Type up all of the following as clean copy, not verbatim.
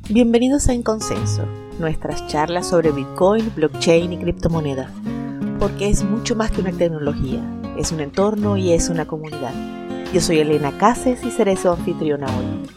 Bienvenidos a En Consenso, nuestras charlas sobre Bitcoin, blockchain y criptomonedas, porque es mucho más que una tecnología, es un entorno y es una comunidad. Yo soy Elena Cases y seré su anfitriona hoy.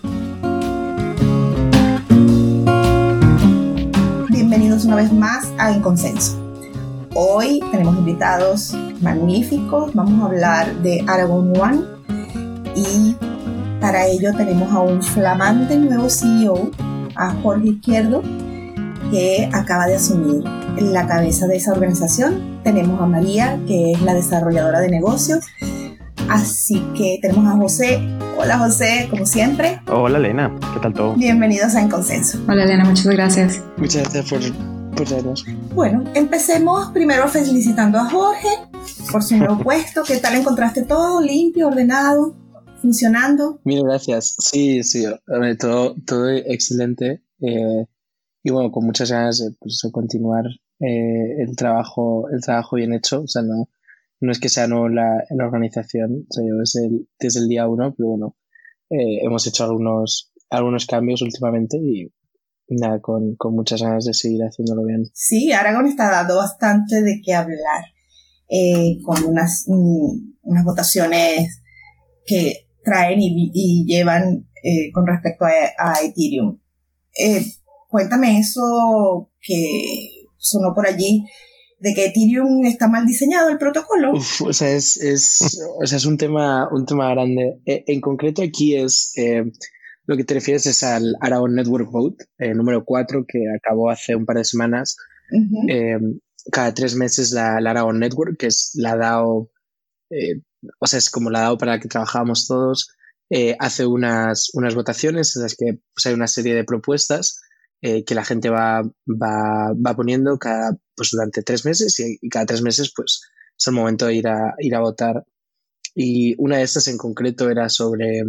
Bienvenidos una vez más a En Consenso. Hoy tenemos invitados magníficos, vamos a hablar de Aragon One y para ello tenemos a un flamante nuevo CEO, a Jorge Izquierdo, que acaba de asumir la cabeza de esa organización. Tenemos a María, que es la desarrolladora de negocios. Así que tenemos a José. Hola José, como siempre. Hola Elena, ¿qué tal todo? Bienvenidos a En Consenso. Hola Elena, muchas gracias. Muchas gracias por traernos. Bueno, empecemos primero felicitando a Jorge por su nuevo puesto. ¿Qué tal encontraste todo? ¿Limpio, ordenado, funcionando? Mil gracias. Sí, todo excelente. Y bueno, con muchas ganas de continuar el trabajo bien hecho. O sea, no es que sea nuevo la organización, o sea, yo desde el día uno, pero bueno, hemos hecho algunos cambios últimamente y nada, con muchas ganas de seguir haciéndolo bien. Sí, Aragon está dando bastante de qué hablar, con unas votaciones que traen y llevan con respecto a Ethereum. Cuéntame eso que sonó por allí, de que Ethereum está mal diseñado el protocolo. O sea, es un tema grande. En concreto aquí lo que te refieres es al Aragon Network Vote, número 4, que acabó hace un par de semanas. Uh-huh. Cada 3 meses la Aragon Network, que es la DAO, o sea, es como la DAO para la que trabajábamos todos, hace unas votaciones en las que pues, hay una serie de propuestas que la gente va poniendo durante 3 meses y cada 3 meses pues es el momento de ir a votar. Y una de estas en concreto era sobre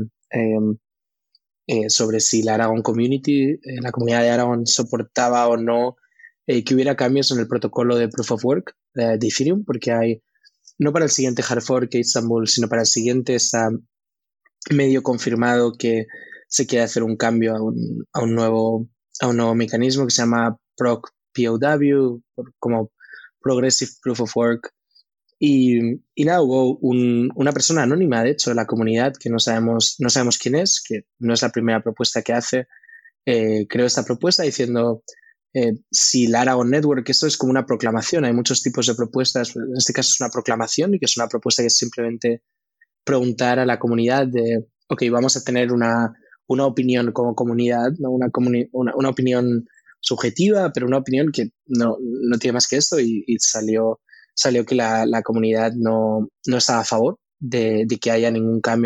si la Aragon Community, la comunidad de Aragon, soportaba o no que hubiera cambios en el protocolo de Proof of Work de Ethereum, porque hay, no para el siguiente hard fork de Istanbul, sino para el siguiente está medio confirmado que se quiere hacer un cambio a un nuevo mecanismo que se llama PROC-POW, como Progressive Proof of Work. Y nada, hubo una persona anónima, de hecho, de la comunidad, que no sabemos quién es, que no es la primera propuesta que hace, creó esta propuesta diciendo si la Aragon Network, esto es como una proclamación, hay muchos tipos de propuestas, en este caso es una proclamación y que es una propuesta que es simplemente preguntar a la comunidad de, ok, vamos a tener una opinión como comunidad, ¿no? una opinión subjetiva, pero una opinión que no tiene más que esto y salió que la comunidad no estaba a favor de que haya ningún cambio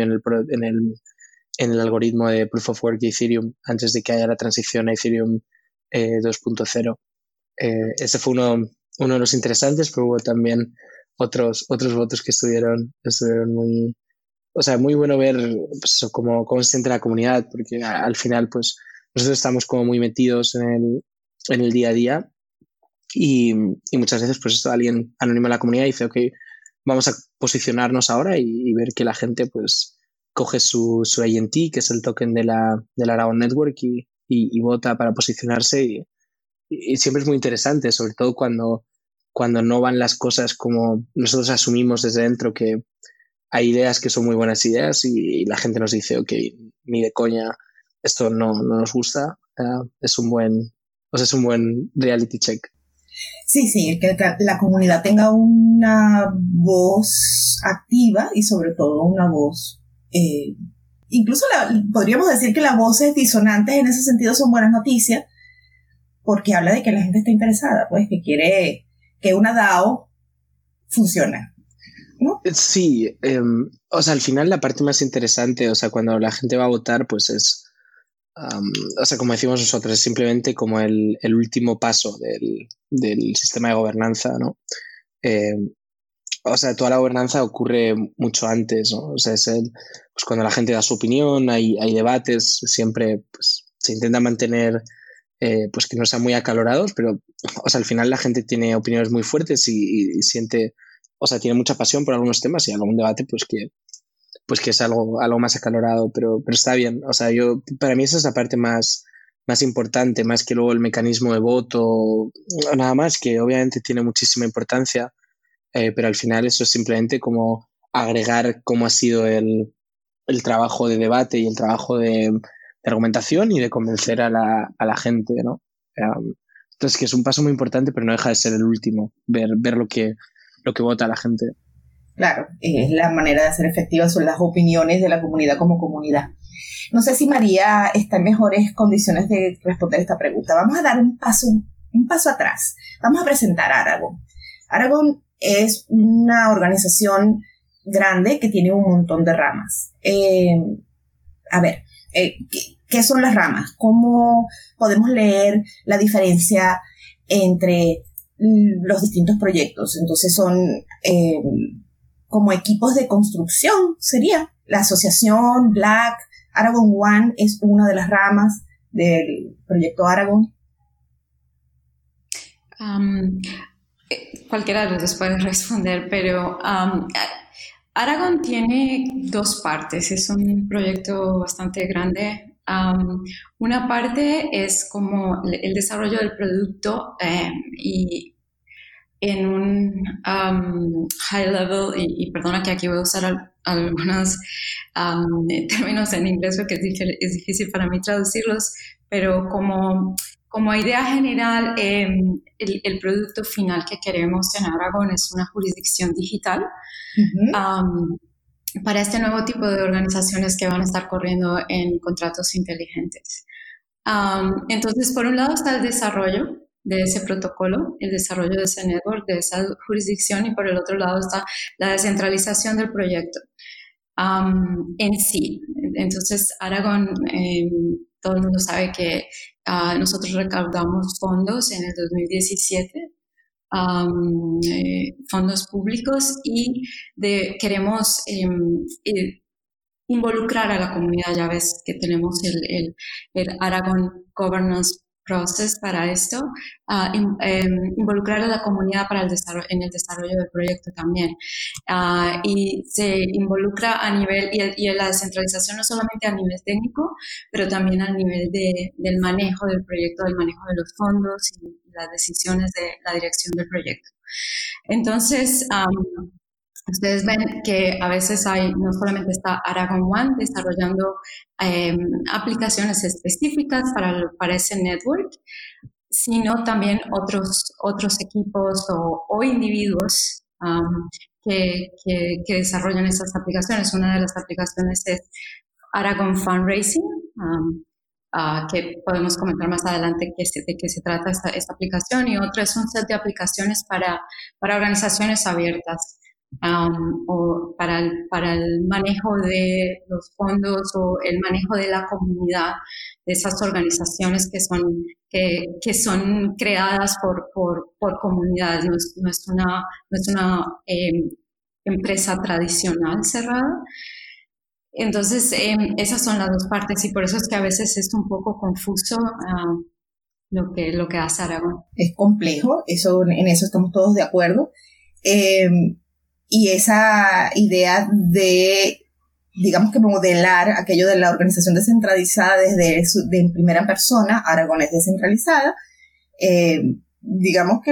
en el algoritmo de Proof of Work de Ethereum antes de que haya la transición a Ethereum 2.0. Ese fue uno de los interesantes, pero hubo también otros votos que estuvieron muy... O sea, muy bueno ver pues, cómo se siente la comunidad, porque al final pues nosotros estamos como muy metidos en el día a día y muchas veces pues esto alguien anónimo en la comunidad dice, ok, vamos a posicionarnos ahora y ver que la gente pues coge su ANT, que es el token de la Aragon Network y vota para posicionarse y siempre es muy interesante, sobre todo cuando no van las cosas como nosotros asumimos desde dentro, que hay ideas que son muy buenas ideas y la gente nos dice, ok, ni de coña, esto no nos gusta. Es un buen reality check. Sí, que la comunidad tenga una voz activa y sobre todo una voz, incluso podríamos decir que las voces disonantes en ese sentido son buenas noticias, porque habla de que la gente está interesada, pues que quiere que una DAO funcione, ¿no? Sí, o sea, al final la parte más interesante, o sea, cuando la gente va a votar, pues es, o sea, como decimos nosotros, es simplemente como el último paso del sistema de gobernanza, ¿no? O sea, toda la gobernanza ocurre mucho antes, ¿no? O sea, pues cuando la gente da su opinión, hay debates, siempre pues, se intenta mantener pues que no sean muy acalorados, pero o sea, al final la gente tiene opiniones muy fuertes y siente, o sea, tiene mucha pasión por algunos temas y algún debate pues que es algo más acalorado, pero está bien. O sea, para mí esa es la parte más más importante, más que luego el mecanismo de voto o nada más, que obviamente tiene muchísima importancia, pero al final eso es simplemente como agregar cómo ha sido el trabajo de debate y el trabajo de argumentación y de convencer a la gente, ¿no? Entonces, que es un paso muy importante, pero no deja de ser el último, ver lo que vota la gente. Claro, es la manera de hacer efectivas son las opiniones de la comunidad como comunidad. No sé si María está en mejores condiciones de responder esta pregunta. Vamos a dar un paso atrás. Vamos a presentar a Aragon. Aragon es una organización grande que tiene un montón de ramas. ¿Qué son las ramas? ¿Cómo podemos leer la diferencia entre los distintos proyectos? Entonces son como equipos de construcción, sería la asociación Black. Aragon One es una de las ramas del proyecto Aragon. Cualquiera de los dos puede responder, pero Aragon tiene dos partes. Es un proyecto bastante grande. Una parte es como el desarrollo del producto y en un high level, y perdona que aquí voy a usar algunos términos en inglés porque es difícil para mí traducirlos, pero como idea general, el producto final que queremos en Aragon es una jurisdicción digital para este nuevo tipo de organizaciones que van a estar corriendo en contratos inteligentes. Entonces, por un lado está el desarrollo de ese protocolo, el desarrollo de ese network, de esa jurisdicción, y por el otro lado está la descentralización del proyecto en sí. Entonces, Aragon, todo el mundo sabe que nosotros recaudamos fondos en el 2017, fondos públicos, y queremos involucrar a la comunidad. Ya ves que tenemos el Aragon Governance Process para esto, involucrar a la comunidad en el desarrollo del proyecto también. Y se involucra a nivel, y la descentralización no solamente a nivel técnico, pero también a nivel del manejo del proyecto, del manejo de los fondos y las decisiones de la dirección del proyecto. Entonces, ustedes ven que a veces no solamente está Aragon One desarrollando aplicaciones específicas para ese network, sino también otros equipos o individuos que desarrollan esas aplicaciones. Una de las aplicaciones es Aragon Fundraising, que podemos comentar más adelante de qué se trata esta aplicación, y otra es un set de aplicaciones para organizaciones abiertas. O para el manejo de los fondos o el manejo de la comunidad de esas organizaciones que son creadas por comunidades. No es una empresa tradicional cerrada. Entonces, esas son las dos partes, y por eso es que a veces es un poco confuso lo que hace Aragon. Es complejo, en eso estamos todos de acuerdo. Y esa idea de, digamos que modelar aquello de la organización descentralizada de en primera persona, Aragon es descentralizada, digamos que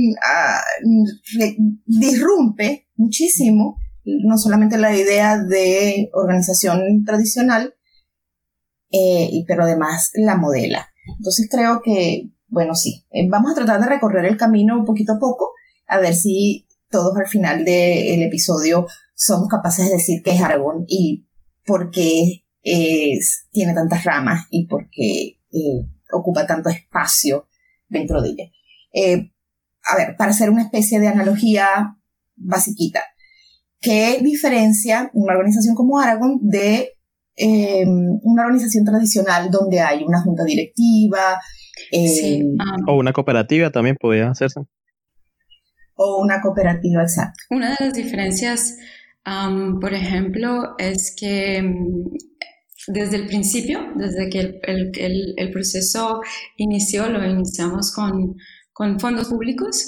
disrumpe muchísimo, no solamente la idea de organización tradicional, pero además la modela. Entonces creo que, bueno, sí, vamos a tratar de recorrer el camino poquito a poco, a ver si todos al final del episodio somos capaces de decir qué es Aragon y por qué tiene tantas ramas y por qué ocupa tanto espacio dentro de ella. A ver, para hacer una especie de analogía basiquita, ¿qué diferencia una organización como Aragon de una organización tradicional donde hay una junta directiva? O una cooperativa también podría hacerse. O una cooperativa, exacto. Una de las diferencias, por ejemplo, es que desde el principio, desde que el proceso lo iniciamos con fondos públicos,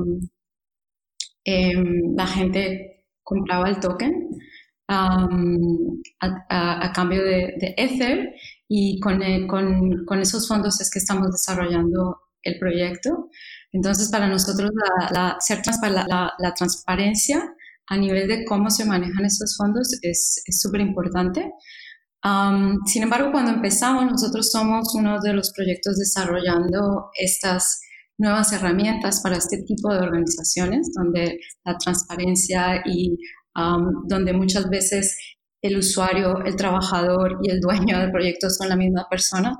la gente compraba el token a cambio de Ether, y con esos fondos es que estamos desarrollando el proyecto. Entonces, para nosotros la transparencia a nivel de cómo se manejan estos fondos es súper importante. Sin embargo, cuando empezamos, nosotros somos uno de los proyectos desarrollando estas nuevas herramientas para este tipo de organizaciones, donde la transparencia y donde muchas veces el usuario, el trabajador y el dueño del proyecto son la misma persona,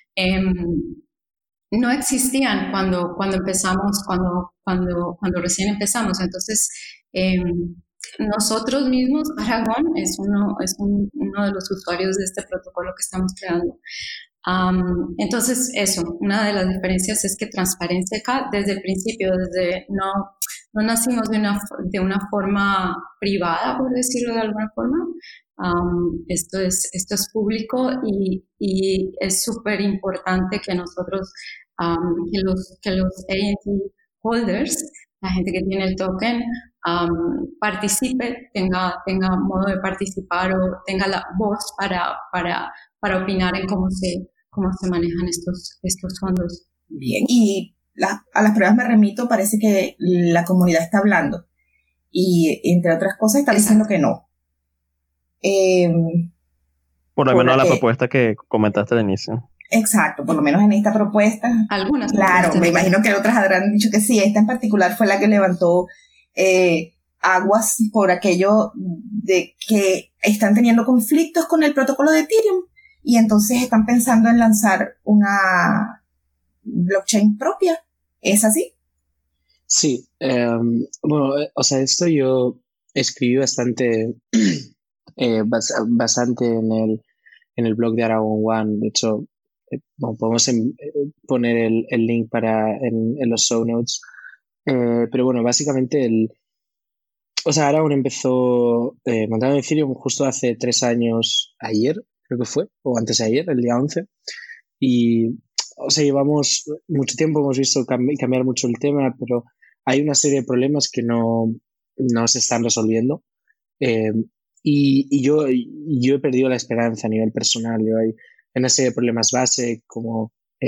no existían cuando empezamos, cuando recién empezamos. Entonces, nosotros mismos, Aragon es uno de los usuarios de este protocolo que estamos creando. Entonces, una de las diferencias es que transparencia acá desde el principio, no nacimos de una forma privada, por decirlo de alguna forma. Esto es público y es súper importante que nosotros, que los ANT holders, la gente que tiene el token, participe, tenga modo de participar o tenga la voz para opinar en cómo se manejan estos fondos. Bien, y a las pruebas me remito, parece que la comunidad está hablando y entre otras cosas está diciendo que no. Por lo menos la propuesta que comentaste al inicio. Exacto, por lo menos en esta propuesta. Algunas. Claro, me imagino que otras habrán dicho que sí. Esta en particular fue la que levantó aguas por aquello de que están teniendo conflictos con el protocolo de Ethereum y entonces están pensando en lanzar una blockchain propia. ¿Es así? Sí. Bueno, o sea, esto yo escribí bastante en el blog de Aragon One. De hecho, bueno, podemos poner el link en los show notes. Pero bueno, básicamente Aragon empezó montando Ethereum justo hace 3 años, ayer, creo que fue, o antes de ayer, el día 11. Y, o sea, llevamos mucho tiempo, hemos visto cambiar mucho el tema, pero hay una serie de problemas que no se están resolviendo. Y yo he perdido la esperanza a nivel personal. Hay una serie de problemas base como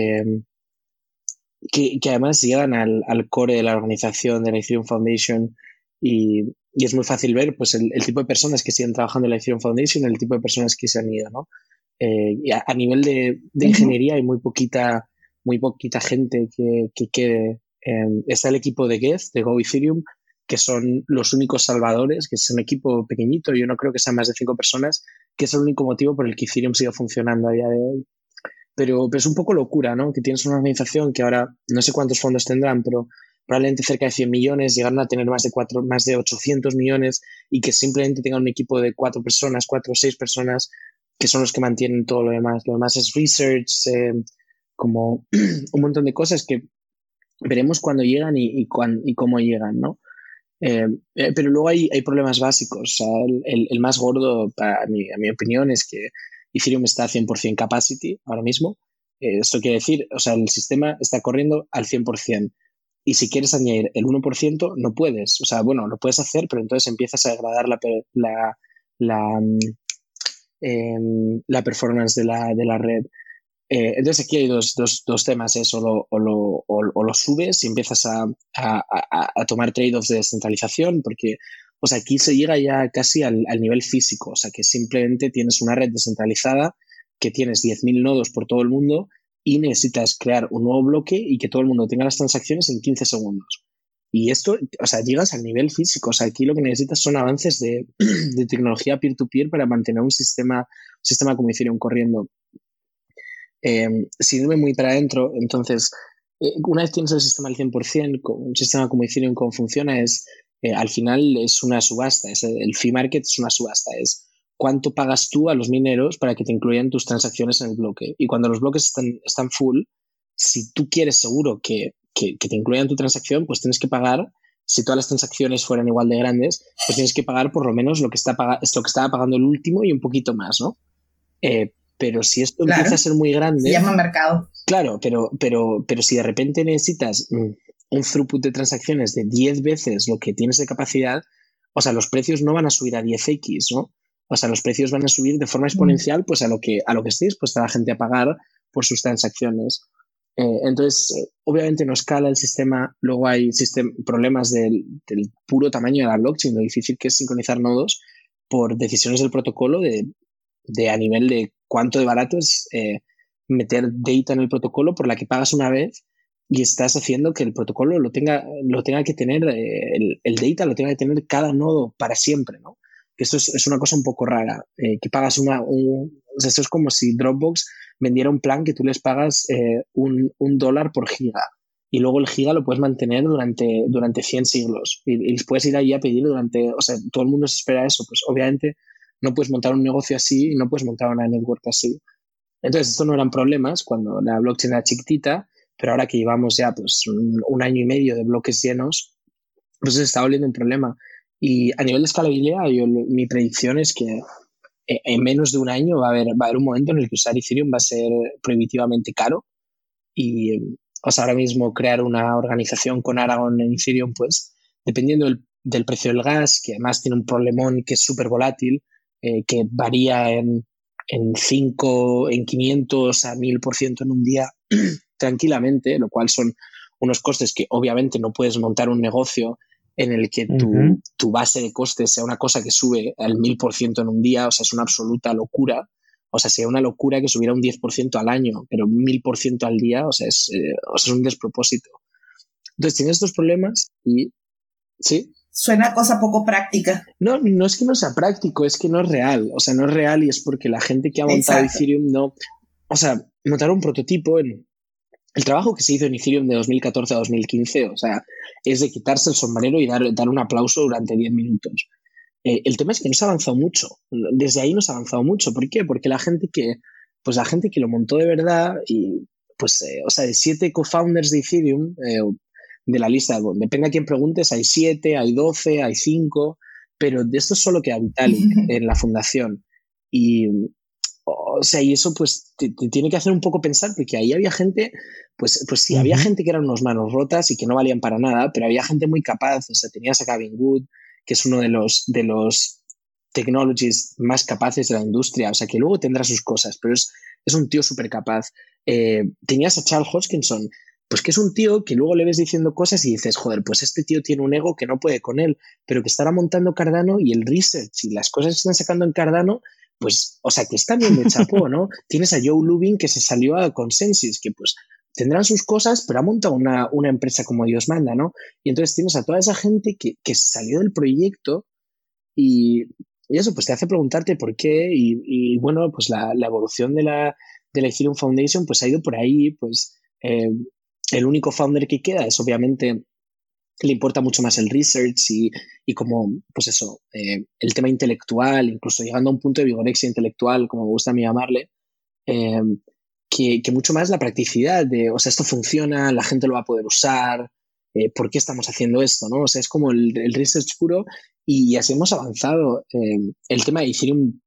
que además llegan al core de la organización de la Ethereum Foundation y es muy fácil ver pues el tipo de personas que siguen trabajando en la Ethereum Foundation y el tipo de personas que se han ido, ¿no? Y a nivel de ingeniería hay muy poquita gente que quede. Está el equipo de Geth, de Go Ethereum, que son los únicos salvadores, que es un equipo pequeñito, yo no creo que sean más de 5 personas, que es el único motivo por el que Ethereum sigue funcionando a día de hoy. Pero es un poco locura, ¿no? Que tienes una organización que ahora no sé cuántos fondos tendrán, pero probablemente cerca de 100 millones, llegaron a tener más de 800 millones y que simplemente tengan un equipo de 4 o 6 personas que son los que mantienen todo lo demás. Lo demás es research, como un montón de cosas que veremos cuándo llegan y cómo llegan, ¿no? Pero luego hay problemas básicos. O sea, el más gordo, a mi opinión, es que Ethereum está a 100% capacity ahora mismo. Esto quiere decir, o sea, el sistema está corriendo al 100%. Y si quieres añadir el 1%, no puedes. O sea, bueno, lo puedes hacer, pero entonces empiezas a degradar la performance de la red. Entonces aquí hay dos temas, o lo subes y empiezas a tomar trade-offs de descentralización, porque pues aquí se llega ya casi al nivel físico, o sea que simplemente tienes una red descentralizada que tienes 10.000 nodos por todo el mundo y necesitas crear un nuevo bloque y que todo el mundo tenga las transacciones en 15 segundos. Y esto, o sea, llegas al nivel físico. O sea, aquí lo que necesitas son avances de tecnología peer-to-peer para mantener un sistema como Ethereum corriendo. Si irme muy para adentro, entonces, una vez tienes el sistema al 100%, un sistema como Ethereum, cómo funciona es, al final es una subasta. El fee market es una subasta. Es cuánto pagas tú a los mineros para que te incluyan tus transacciones en el bloque. Y cuando los bloques están full, si tú quieres seguro que te incluyan tu transacción, pues tienes que pagar. Si todas las transacciones fueran igual de grandes, pues tienes que pagar por lo menos lo que estaba pagando el último y un poquito más, ¿no? Pero si esto empieza a ser muy grande... Se llama mercado. Claro, pero si de repente necesitas un throughput de transacciones de 10 veces lo que tienes de capacidad, o sea, los precios no van a subir a 10x, ¿no? O sea, los precios van a subir de forma exponencial pues a lo que esté dispuesta la gente a pagar por sus transacciones. Entonces, obviamente no escala el sistema. Luego hay problemas del puro tamaño de la blockchain, lo difícil que es sincronizar nodos por decisiones del protocolo de a nivel de cuánto de barato es meter data en el protocolo por la que pagas una vez y estás haciendo que el protocolo lo tenga que tener, el data lo tenga que tener cada nodo para siempre, ¿no? Esto es una cosa un poco rara, que pagas o sea, esto es como si Dropbox vendiera un plan que tú les pagas $1 por giga y luego el giga lo puedes mantener durante 100 siglos y puedes ir ahí a pedir o sea, todo el mundo se espera eso. Pues obviamente no puedes montar un negocio así y no puedes montar una network así. Entonces, esto no eran problemas cuando la blockchain era chiquitita, pero ahora que llevamos ya pues un año y medio de bloques llenos, pues se está volviendo un problema. Y a nivel de escalabilidad, mi predicción es que en menos de un año va a haber un momento en el que usar Ethereum va a ser prohibitivamente caro. Y, o sea, ahora mismo crear una organización con Aragon en Ethereum, pues, dependiendo del precio del gas, que además tiene un problemón que es súper volátil, que varía en 500 a 1000% en un día tranquilamente, lo cual son unos costes que obviamente no puedes montar un negocio en el que tu base de costes sea una cosa que sube al 1000% en un día. O sea, es una absoluta locura. O sea, sería una locura que subiera un 10% al año, pero un 1000% al día, o sea, es un despropósito. Entonces, tienes estos problemas y... ¿Sí? Suena cosa poco práctica. No es que no sea práctico, es que no es real. O sea, no es real y es porque la gente que ha montado Ethereum no... O sea, montar un prototipo el trabajo que se hizo en Ethereum de 2014 a 2015, o sea, es de quitarse el sombrero y dar un aplauso durante 10 minutos. El tema es que no se ha avanzado mucho. Desde ahí no se ha avanzado mucho. ¿Por qué? Porque la gente que lo montó de verdad y, pues, o sea, de 7 co-founders de Ethereum, de la lista, depende a quién preguntes, hay 7, hay 12, hay 5, pero de esto solo queda Vitalik en la fundación. Y, o sea, y eso pues te tiene que hacer un poco pensar, porque ahí había gente, pues sí, había gente que eran unos manos rotas y que no valían para nada, pero había gente muy capaz. O sea, tenías a Gavin Wood, que es uno de los technologies más capaces de la industria, o sea, que luego tendrá sus cosas, pero es un tío súper capaz. Tenías a Charles Hoskinson, pues que es un tío que luego le ves diciendo cosas y dices, joder, pues este tío tiene un ego que no puede con él, pero que estará montando Cardano y el research y las cosas que están sacando en Cardano, pues, o sea, que está bien de chapó, ¿no? Tienes a Joe Lubin, que se salió a Consensus, que pues tendrán sus cosas, pero ha montado una empresa como Dios manda, ¿no? Y entonces tienes a toda esa gente que salió del proyecto y eso pues te hace preguntarte por qué y bueno, pues la evolución de la Ethereum Foundation pues ha ido por ahí. Pues el único founder que queda es obviamente, le importa mucho más el research y como, pues eso, el tema intelectual, incluso llegando a un punto de vigorexia intelectual, como me gusta a mí llamarle, que mucho más la practicidad de, o sea, esto funciona, la gente lo va a poder usar, ¿por qué estamos haciendo esto, no? O sea, es como el research puro y así hemos avanzado. El tema de Ethereum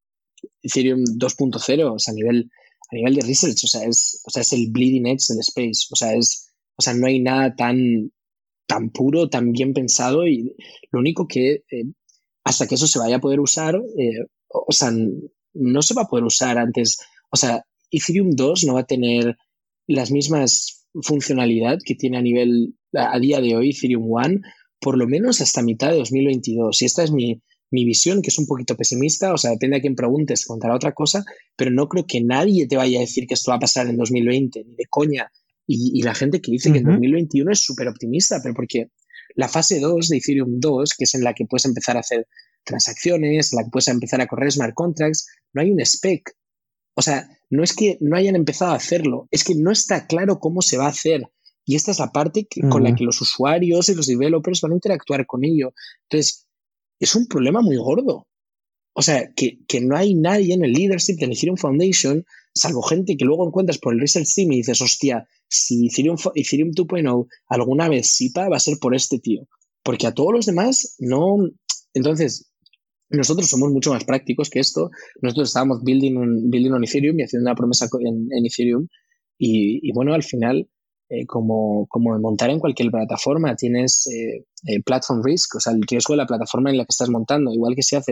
2.0, o sea, a nivel de research, o sea, es el bleeding edge del space, o sea, no hay nada tan puro, tan bien pensado, y lo único que hasta que eso se vaya a poder usar, o sea, no se va a poder usar antes. O sea, Ethereum 2 no va a tener las mismas funcionalidad que tiene a día de hoy Ethereum 1, por lo menos hasta mitad de 2022. Y esta es mi visión, que es un poquito pesimista. O sea, depende a quién preguntes, contará otra cosa, pero no creo que nadie te vaya a decir que esto va a pasar en 2020, ni de coña. Y la gente que dice que en 2021 es súper optimista, pero porque la fase 2 de Ethereum 2, que es en la que puedes empezar a hacer transacciones, en la que puedes empezar a correr smart contracts, no hay un spec. O sea, no es que no hayan empezado a hacerlo, es que no está claro cómo se va a hacer. Y esta es la parte con la que los usuarios y los developers van a interactuar con ello. Entonces, es un problema muy gordo. O sea, que no hay nadie en el leadership de Ethereum Foundation, salvo gente que luego encuentras por el research team y dices, hostia, si Ethereum 2.0 alguna vez SIPA, va a ser por este tío. Porque a todos los demás no. Entonces, nosotros somos mucho más prácticos que esto. Nosotros estábamos building on Ethereum y haciendo una promesa en Ethereum. Y bueno, al final, como montar en cualquier plataforma, tienes platform risk, o sea, el riesgo de la plataforma en la que estás montando. Igual que si haces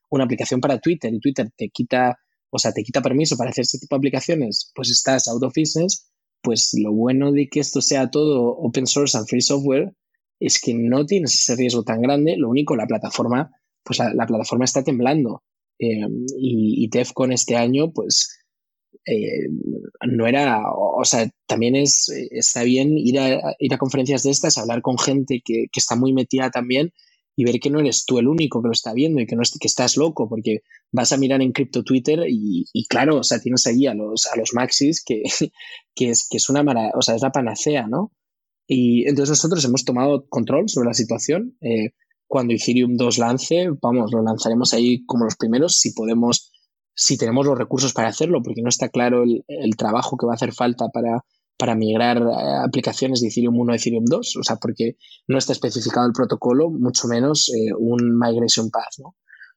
una aplicación para Twitter y Twitter te quita permiso para hacer este tipo de aplicaciones, pues estás out of business. Pues lo bueno de que esto sea todo open source and free software es que no tienes ese riesgo tan grande. Lo único, la plataforma está temblando. Y TEFCON este año, pues no era, o sea, también está bien ir a conferencias de estas, hablar con gente que está muy metida también y ver que no eres tú el único que lo está viendo y que estás loco, porque vas a mirar en Crypto Twitter y claro, o sea, tienes ahí a los maxis que es una o sea, es la panacea, ¿no? Y entonces nosotros hemos tomado control sobre la situación. Cuando Ethereum 2 lance, lo lanzaremos ahí como los primeros, si tenemos los recursos para hacerlo, porque no está claro el trabajo que va a hacer falta para migrar aplicaciones de Ethereum 1 a Ethereum 2, o sea, porque no está especificado el protocolo, mucho menos un migration path, ¿no?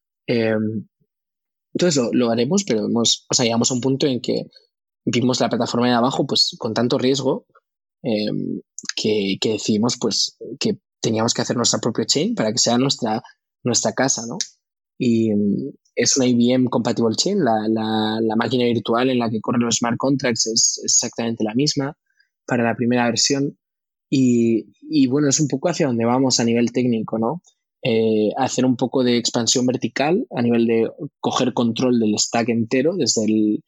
Entonces lo haremos, pero llegamos a un punto en que vimos la plataforma de abajo pues con tanto riesgo que decidimos pues que teníamos que hacer nuestra propia chain para que sea nuestra casa, ¿no? Y es una IBM Compatible Chain, la máquina virtual en la que corren los smart contracts es exactamente la misma para la primera versión. Y bueno, es un poco hacia donde vamos a nivel técnico, ¿no? Hacer un poco de expansión vertical a nivel de coger control del stack entero, desde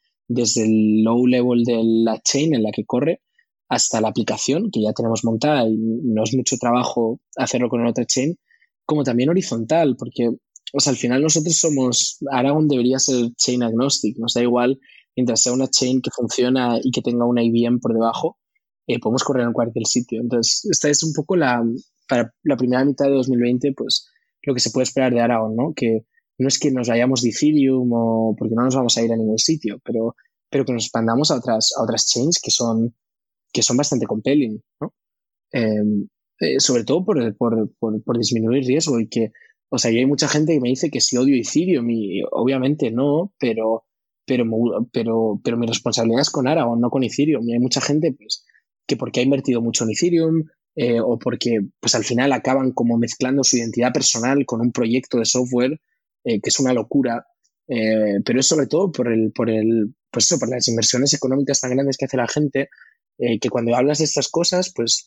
el low level de la chain en la que corre hasta la aplicación que ya tenemos montada y no es mucho trabajo hacerlo con otra chain, como también horizontal, porque al final nosotros Aragon debería ser chain agnostic, nos da igual mientras sea una chain que funciona y que tenga una IBM por debajo, podemos correr en cualquier sitio. Entonces, esta es un poco para la primera mitad de 2020, pues lo que se puede esperar de Aragon, ¿no? Que no es que nos vayamos de Ethereum o porque no nos vamos a ir a ningún sitio, pero que nos expandamos a otras chains que son bastante compelling, ¿no? Sobre todo por disminuir riesgo y que, o sea, yo hay mucha gente que me dice que si odio Ethereum y obviamente no, pero mi responsabilidad es con Aragon, no con Ethereum. Y hay mucha gente pues que porque ha invertido mucho en Ethereum o porque pues al final acaban como mezclando su identidad personal con un proyecto de software que es una locura, pero es sobre todo por las inversiones económicas tan grandes que hace la gente, que cuando hablas de estas cosas pues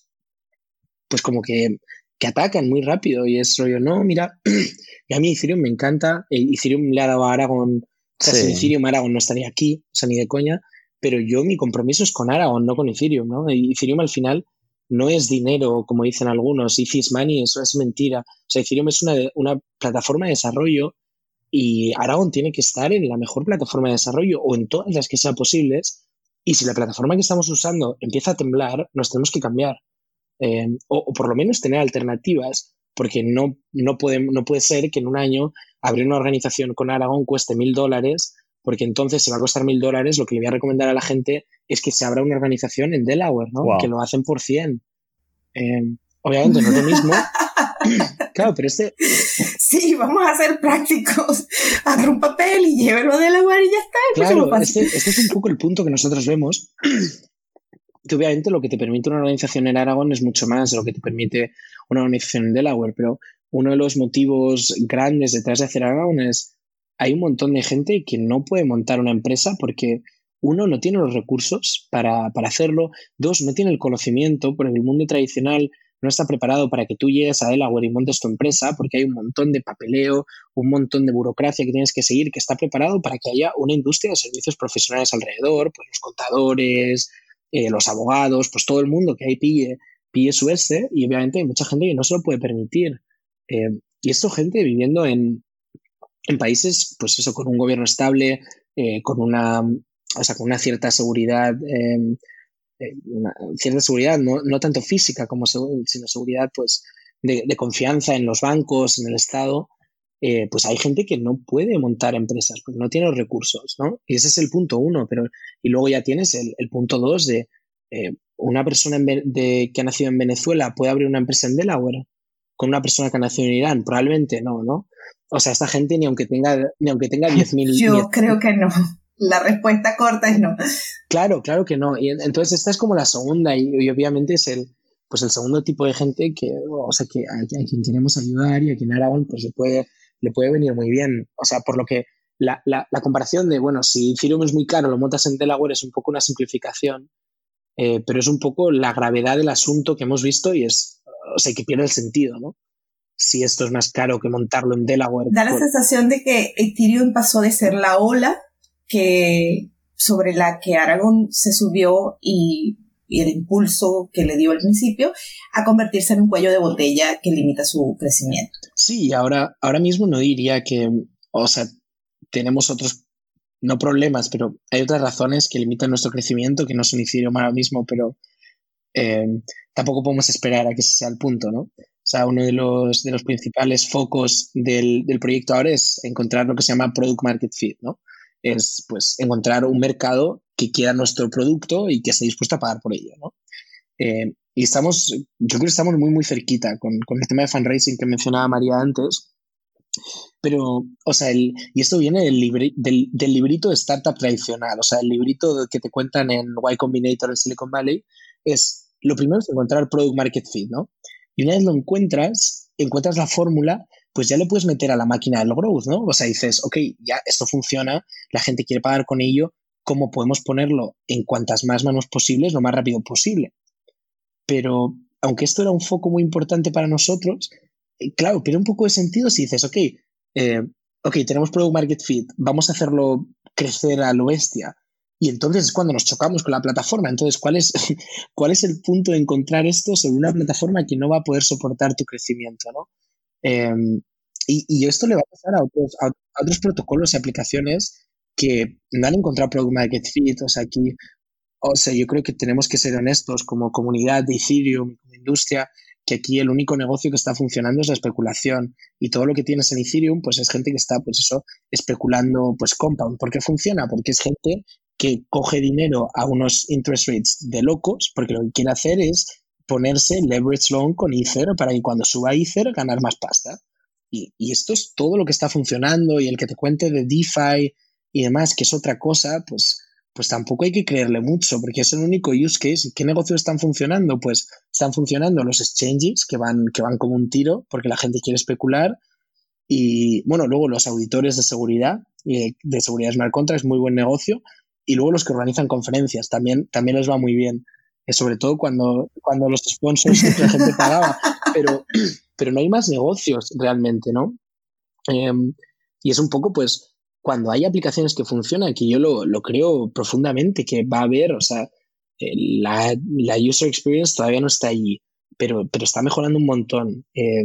como que atacan muy rápido y es rollo, no, mira, y a mí Ethereum me encanta, Ethereum le ha dado a Aragon, o sea, sin Ethereum Aragon no estaría aquí, o sea, ni de coña, pero mi compromiso es con Aragon, no con Ethereum, ¿no? Y Ethereum al final no es dinero, como dicen algunos, If is money, eso es mentira. O sea, Ethereum es una plataforma de desarrollo y Aragon tiene que estar en la mejor plataforma de desarrollo o en todas las que sean posibles, y si la plataforma que estamos usando empieza a temblar, nos tenemos que cambiar. O por lo menos tener alternativas, porque no puede ser que en un año abrir una organización con Aragon cueste $1,000, porque entonces si va a costar $1,000, lo que le voy a recomendar a la gente es que se abra una organización en Delaware, ¿no? Wow. Que lo hacen por 100. Obviamente no es lo mismo. Claro, pero Sí, vamos a ser prácticos. Agarra un papel y llévelo a Delaware y ya está. Claro, este es un poco el punto que nosotros vemos. Que obviamente lo que te permite una organización en Aragon es mucho más de lo que te permite una organización en Delaware, pero uno de los motivos grandes detrás de hacer Aragon es hay un montón de gente que no puede montar una empresa porque uno, no tiene los recursos para hacerlo, dos, no tiene el conocimiento porque el mundo tradicional no está preparado para que tú llegues a Delaware y montes tu empresa porque hay un montón de papeleo, un montón de burocracia que tienes que seguir que está preparado para que haya una industria de servicios profesionales alrededor, pues los contadores, los abogados, pues todo el mundo que ahí pille su y obviamente hay mucha gente que no se lo puede permitir. Y esto gente viviendo en países, pues eso, con un gobierno estable, con una cierta seguridad, no tanto física como sino seguridad pues de confianza en los bancos, en el Estado. Pues hay gente que no puede montar empresas porque no tiene los recursos, ¿no? Y ese es el punto 1, y luego ya tienes el punto 2 de una persona que ha nacido en Venezuela puede abrir una empresa en Delaware con una persona que ha nacido en Irán, probablemente no. O sea, esta gente ni aunque tenga 10.000... Yo creo que no. La respuesta corta es no. Claro que no. Y entonces esta es como la segunda y obviamente es el segundo tipo de gente que a quien queremos ayudar y a quien Aragon pues le puede venir muy bien. O sea, por lo que la comparación de, bueno, si Ethereum es muy caro, lo montas en Delaware es un poco una simplificación, pero es un poco la gravedad del asunto que hemos visto y es, o sea, que pierde el sentido, ¿no? Si esto es más caro que montarlo en Delaware. Da la sensación de que Ethereum pasó de ser la ola sobre la que Aragon se subió y el impulso que le dio al principio, a convertirse en un cuello de botella que limita su crecimiento. Sí, ahora mismo no diría que, o sea, tenemos otros, no problemas, pero hay otras razones que limitan nuestro crecimiento que no son Ethereum ahora mismo, pero tampoco podemos esperar a que ese sea el punto, ¿no? O sea, uno de los principales focos del proyecto ahora es encontrar lo que se llama Product Market Fit, ¿no? Es, pues, encontrar un mercado que quiera nuestro producto y que esté dispuesto a pagar por ello, ¿no? Y yo creo que estamos muy, muy cerquita con el tema de fundraising que mencionaba María antes. Pero, o sea, y esto viene del librito de startup tradicional, o sea, el librito que te cuentan en Y Combinator en Silicon Valley, es lo primero es encontrar Product Market Fit, ¿no? Y una vez lo encuentras la fórmula, pues ya le puedes meter a la máquina del growth, ¿no? O sea, dices, ok, ya esto funciona, la gente quiere pagar con ello, ¿cómo podemos ponerlo en cuantas más manos posibles lo más rápido posible? Pero, aunque esto era un foco muy importante para nosotros, claro, pierde un poco de sentido si dices, ok, tenemos Product Market Fit, vamos a hacerlo crecer a lo bestia. Y entonces es cuando nos chocamos con la plataforma. Entonces, ¿cuál es el punto de encontrar esto sobre una plataforma que no va a poder soportar tu crecimiento, ¿no? Y esto le va a pasar a otros protocolos y aplicaciones que no han encontrado Product Market Fit. O sea, yo creo que tenemos que ser honestos como comunidad de Ethereum, como industria, que aquí el único negocio que está funcionando es la especulación. Y todo lo que tienes en Ethereum, pues es gente que está, pues eso, especulando, pues Compound. ¿Por qué funciona? Porque es gente que coge dinero a unos interest rates de locos, porque lo que quiere hacer es ponerse leverage loan con Ether para que cuando suba Ether ganar más pasta. Y esto es todo lo que está funcionando, y el que te cuente de DeFi y demás, que es otra cosa, pues tampoco hay que creerle mucho, porque es el único use case. ¿Y qué negocios están funcionando? Pues están funcionando los exchanges que van como un tiro, porque la gente quiere especular, y bueno, luego los auditores de seguridad smart contracts, muy buen negocio, y luego los que organizan conferencias, también les va muy bien, sobre todo cuando los sponsors la gente pagaba, pero no hay más negocios realmente, ¿no? Y es un poco, pues, cuando hay aplicaciones que funcionan, que yo lo creo profundamente, que va a haber, o sea, la user experience todavía no está allí, pero está mejorando un montón.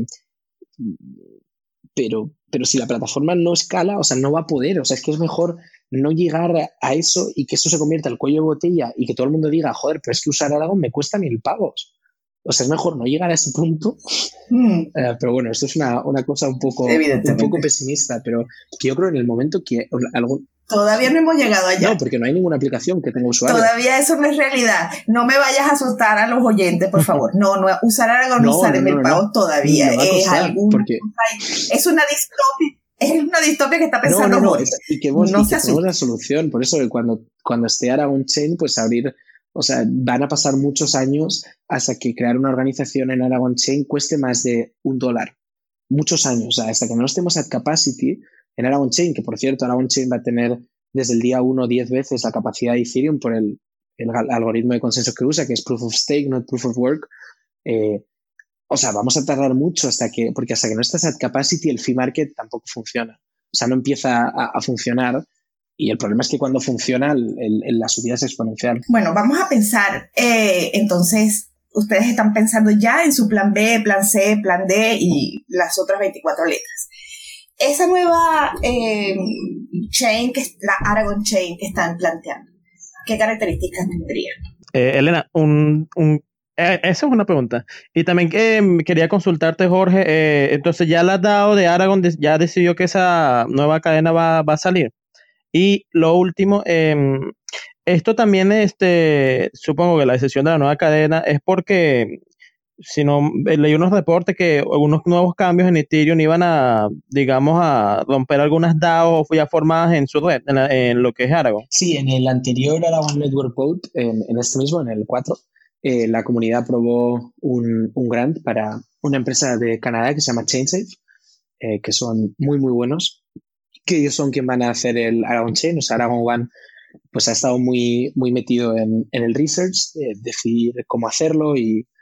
Pero si la plataforma no escala, o sea, no va a poder, o sea, es que es mejor no llegar a eso y que eso se convierta al cuello de botella y que todo el mundo diga, joder, pero es que usar Aragon me cuesta 1.000 pavos. O sea, es mejor no llegar a ese punto. Pero bueno, esto es una cosa un poco pesimista, pero que yo creo en el momento que Todavía no hemos llegado allá. No, porque no hay ninguna aplicación que tenga usuarios. Todavía eso no es realidad. No me vayas a asustar a los oyentes, por favor. No, usar Aragon no sale en pagos todavía. Es una distopia. Es una distopia que está pensando. Y que tenemos la solución. Por eso que cuando esté Aragon Chain, pues abrir. O sea, van a pasar muchos años hasta que crear una organización en Aragon Chain cueste más de $1. Muchos años. O sea, hasta que no estemos at capacity en Aragon Chain, que por cierto, Aragon Chain va a tener desde el día 1 10 veces la capacidad de Ethereum por el algoritmo de consenso que usa, que es Proof of Stake, not Proof of Work. O sea, vamos a tardar mucho porque hasta que no estás at capacity, el fee market tampoco funciona. O sea, no empieza a funcionar. Y el problema es que cuando funciona, la subida es exponencial. Bueno, vamos a pensar, entonces, ustedes están pensando ya en su plan B, plan C, plan D y las otras 24 letras. Esa nueva chain, que es la Aragon Chain que están planteando, ¿qué características tendría? Elena, esa es una pregunta. Y también quería consultarte, Jorge, entonces ya la DAO de Aragon ya decidió que esa nueva cadena va a salir. Y lo último, esto también, supongo que la decisión de la nueva cadena es porque, si no, leí unos reportes que algunos nuevos cambios en Ethereum iban a romper algunas DAO ya formadas en su red, en lo que es Aragon. Sí, en el anterior Aragon Network Vote, en este mismo, en el 4, la comunidad aprobó un grant para una empresa de Canadá que se llama ChainSafe, que son muy, muy buenos, que ellos son quien van a hacer el Aragon Chain. O sea, Aragon One pues ha estado muy, muy metido en el research, decidir cómo hacerlo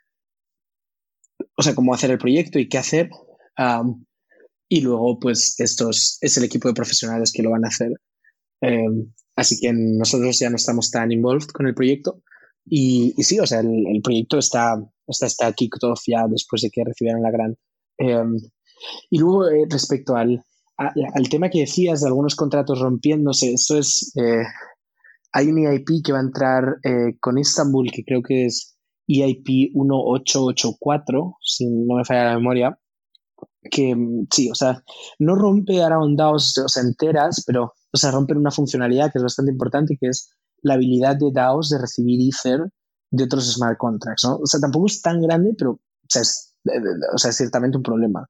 cómo hacer el proyecto y qué hacer. Y luego, pues, es el equipo de profesionales que lo van a hacer. Así que nosotros ya no estamos tan involved con el proyecto. Y sí, o sea, el proyecto está kicked off ya después de que recibieran la grant. Y luego, respecto al tema que decías de algunos contratos rompiéndose, eso es... hay un EIP que va a entrar con Istanbul, que creo que es EIP 1884, si no me falla la memoria, que sí, o sea, no rompe Aragon DAOs, o sea, enteras, pero, o sea, rompen una funcionalidad que es bastante importante, que es la habilidad de DAOs de recibir Ether de otros smart contracts, ¿no? O sea, tampoco es tan grande, pero, o sea, es ciertamente un problema.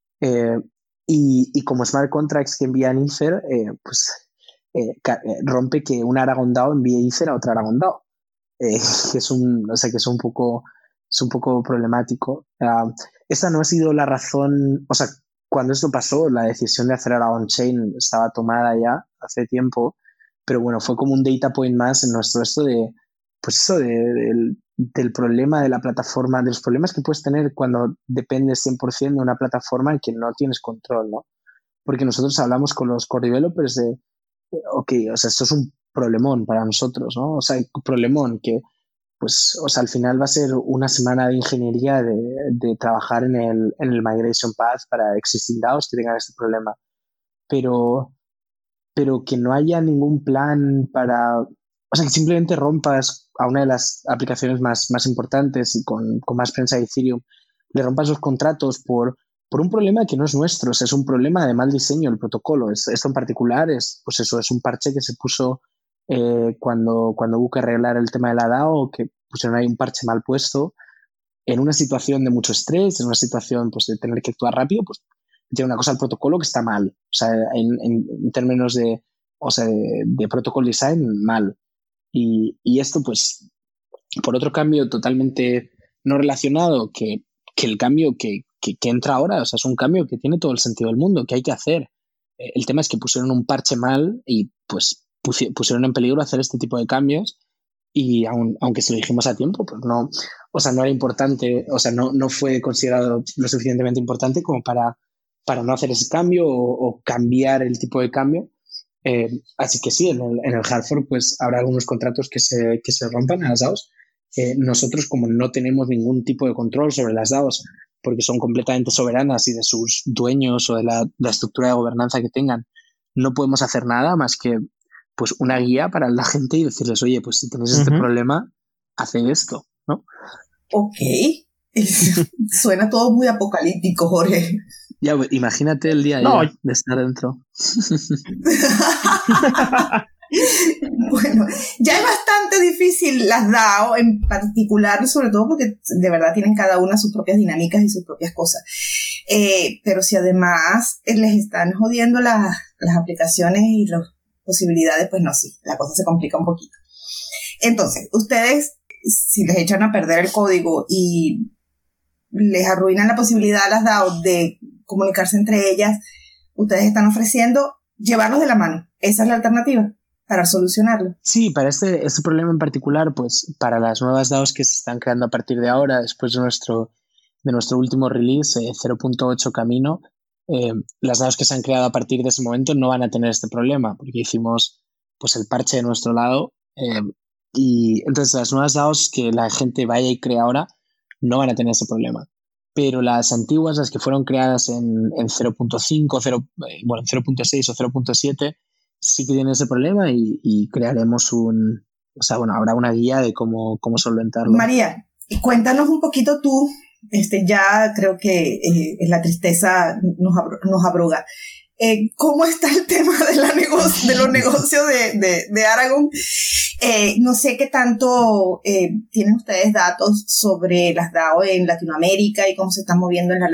Y como smart contracts que envían Ether, pues rompe que un Aragon DAO envíe Ether a otro Aragon DAO, que es un poco problemático. Esta no ha sido la razón, o sea, cuando esto pasó, la decisión de hacer Aragon Chain estaba tomada ya hace tiempo, pero bueno, fue como un data point más en nuestro del problema de la plataforma, de los problemas que puedes tener cuando dependes 100% de una plataforma en que no tienes control, ¿no? Porque nosotros hablamos con los core developers de, ok, o sea, esto es un problemón para nosotros, ¿no? O sea, un problemón que, pues, o sea, al final va a ser una semana de ingeniería de trabajar en el migration path para existing DAOs que tengan este problema. Pero que no haya ningún plan para... O sea, que simplemente rompas a una de las aplicaciones más importantes y con más prensa de Ethereum, le rompas los contratos por un problema que no es nuestro, o sea, es un problema de mal diseño del protocolo. Esto en particular es un parche que se puso cuando hubo que arreglar el tema de la DAO, que pusieron ahí un parche mal puesto, en una situación de mucho estrés, en una situación pues de tener que actuar rápido, pues tiene una cosa al protocolo que está mal. O sea, en términos de protocol design, mal. Y esto, pues, por otro cambio totalmente no relacionado, que el cambio que entra ahora, o sea, es un cambio que tiene todo el sentido del mundo, que hay que hacer. El tema es que pusieron un parche mal y, pues, pusieron en peligro hacer este tipo de cambios, y aunque se lo dijimos a tiempo, pues no, o sea, no era importante, o sea, no fue considerado lo suficientemente importante como para no hacer ese cambio o cambiar el tipo de cambio. Así que sí, en el hard fork pues habrá algunos contratos que se rompan a las DAOs. Nosotros, como no tenemos ningún tipo de control sobre las DAOs, porque son completamente soberanas y de sus dueños o de la estructura de gobernanza que tengan, no podemos hacer nada más que pues una guía para la gente y decirles, oye, pues si tenéis este problema, haced esto, ¿no? Ok. Suena todo muy apocalíptico, Jorge. Ya, imagínate el día de estar dentro. Bueno, ya es bastante difícil las DAO en particular, sobre todo porque de verdad tienen cada una sus propias dinámicas y sus propias cosas. Pero si además les están jodiendo las aplicaciones y las posibilidades, pues no, sí, la cosa se complica un poquito. Entonces, ustedes, si les echan a perder el código y les arruinan la posibilidad a las DAO de comunicarse entre ellas, ustedes están ofreciendo llevarlos de la mano. Esa es la alternativa para solucionarlo. Sí, para este problema en particular, pues para las nuevas DAOs que se están creando a partir de ahora, después de nuestro último release, 0.8 camino, las DAOs que se han creado a partir de ese momento no van a tener este problema, porque hicimos pues el parche de nuestro lado, y entonces las nuevas DAOs que la gente vaya y crea ahora no van a tener ese problema. Pero las antiguas, las que fueron creadas en 0.5, 0.6 o 0.7, sí que tienen ese problema y crearemos habrá una guía de cómo solventarlo. María, cuéntanos un poquito tú, ya creo que la tristeza nos abruga. ¿Cómo está el tema de los negocios de Aragon? No sé qué tanto tienen ustedes datos sobre las DAO en Latinoamérica y cómo se están moviendo en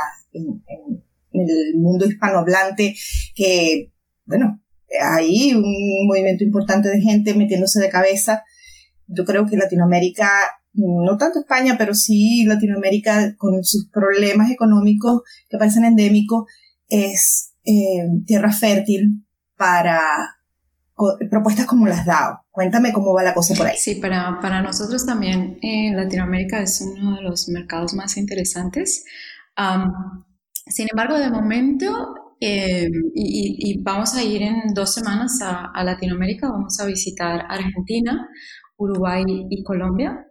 el mundo hispanohablante, que, bueno, hay un movimiento importante de gente metiéndose de cabeza. Yo creo que Latinoamérica, no tanto España, pero sí Latinoamérica, con sus problemas económicos que parecen endémicos, es tierra fértil para propuestas como las DAO. Cuéntame cómo va la cosa por ahí. Sí, para nosotros también Latinoamérica es uno de los mercados más interesantes. Sin embargo, de momento, y vamos a ir en 2 semanas a Latinoamérica, vamos a visitar Argentina, Uruguay y Colombia.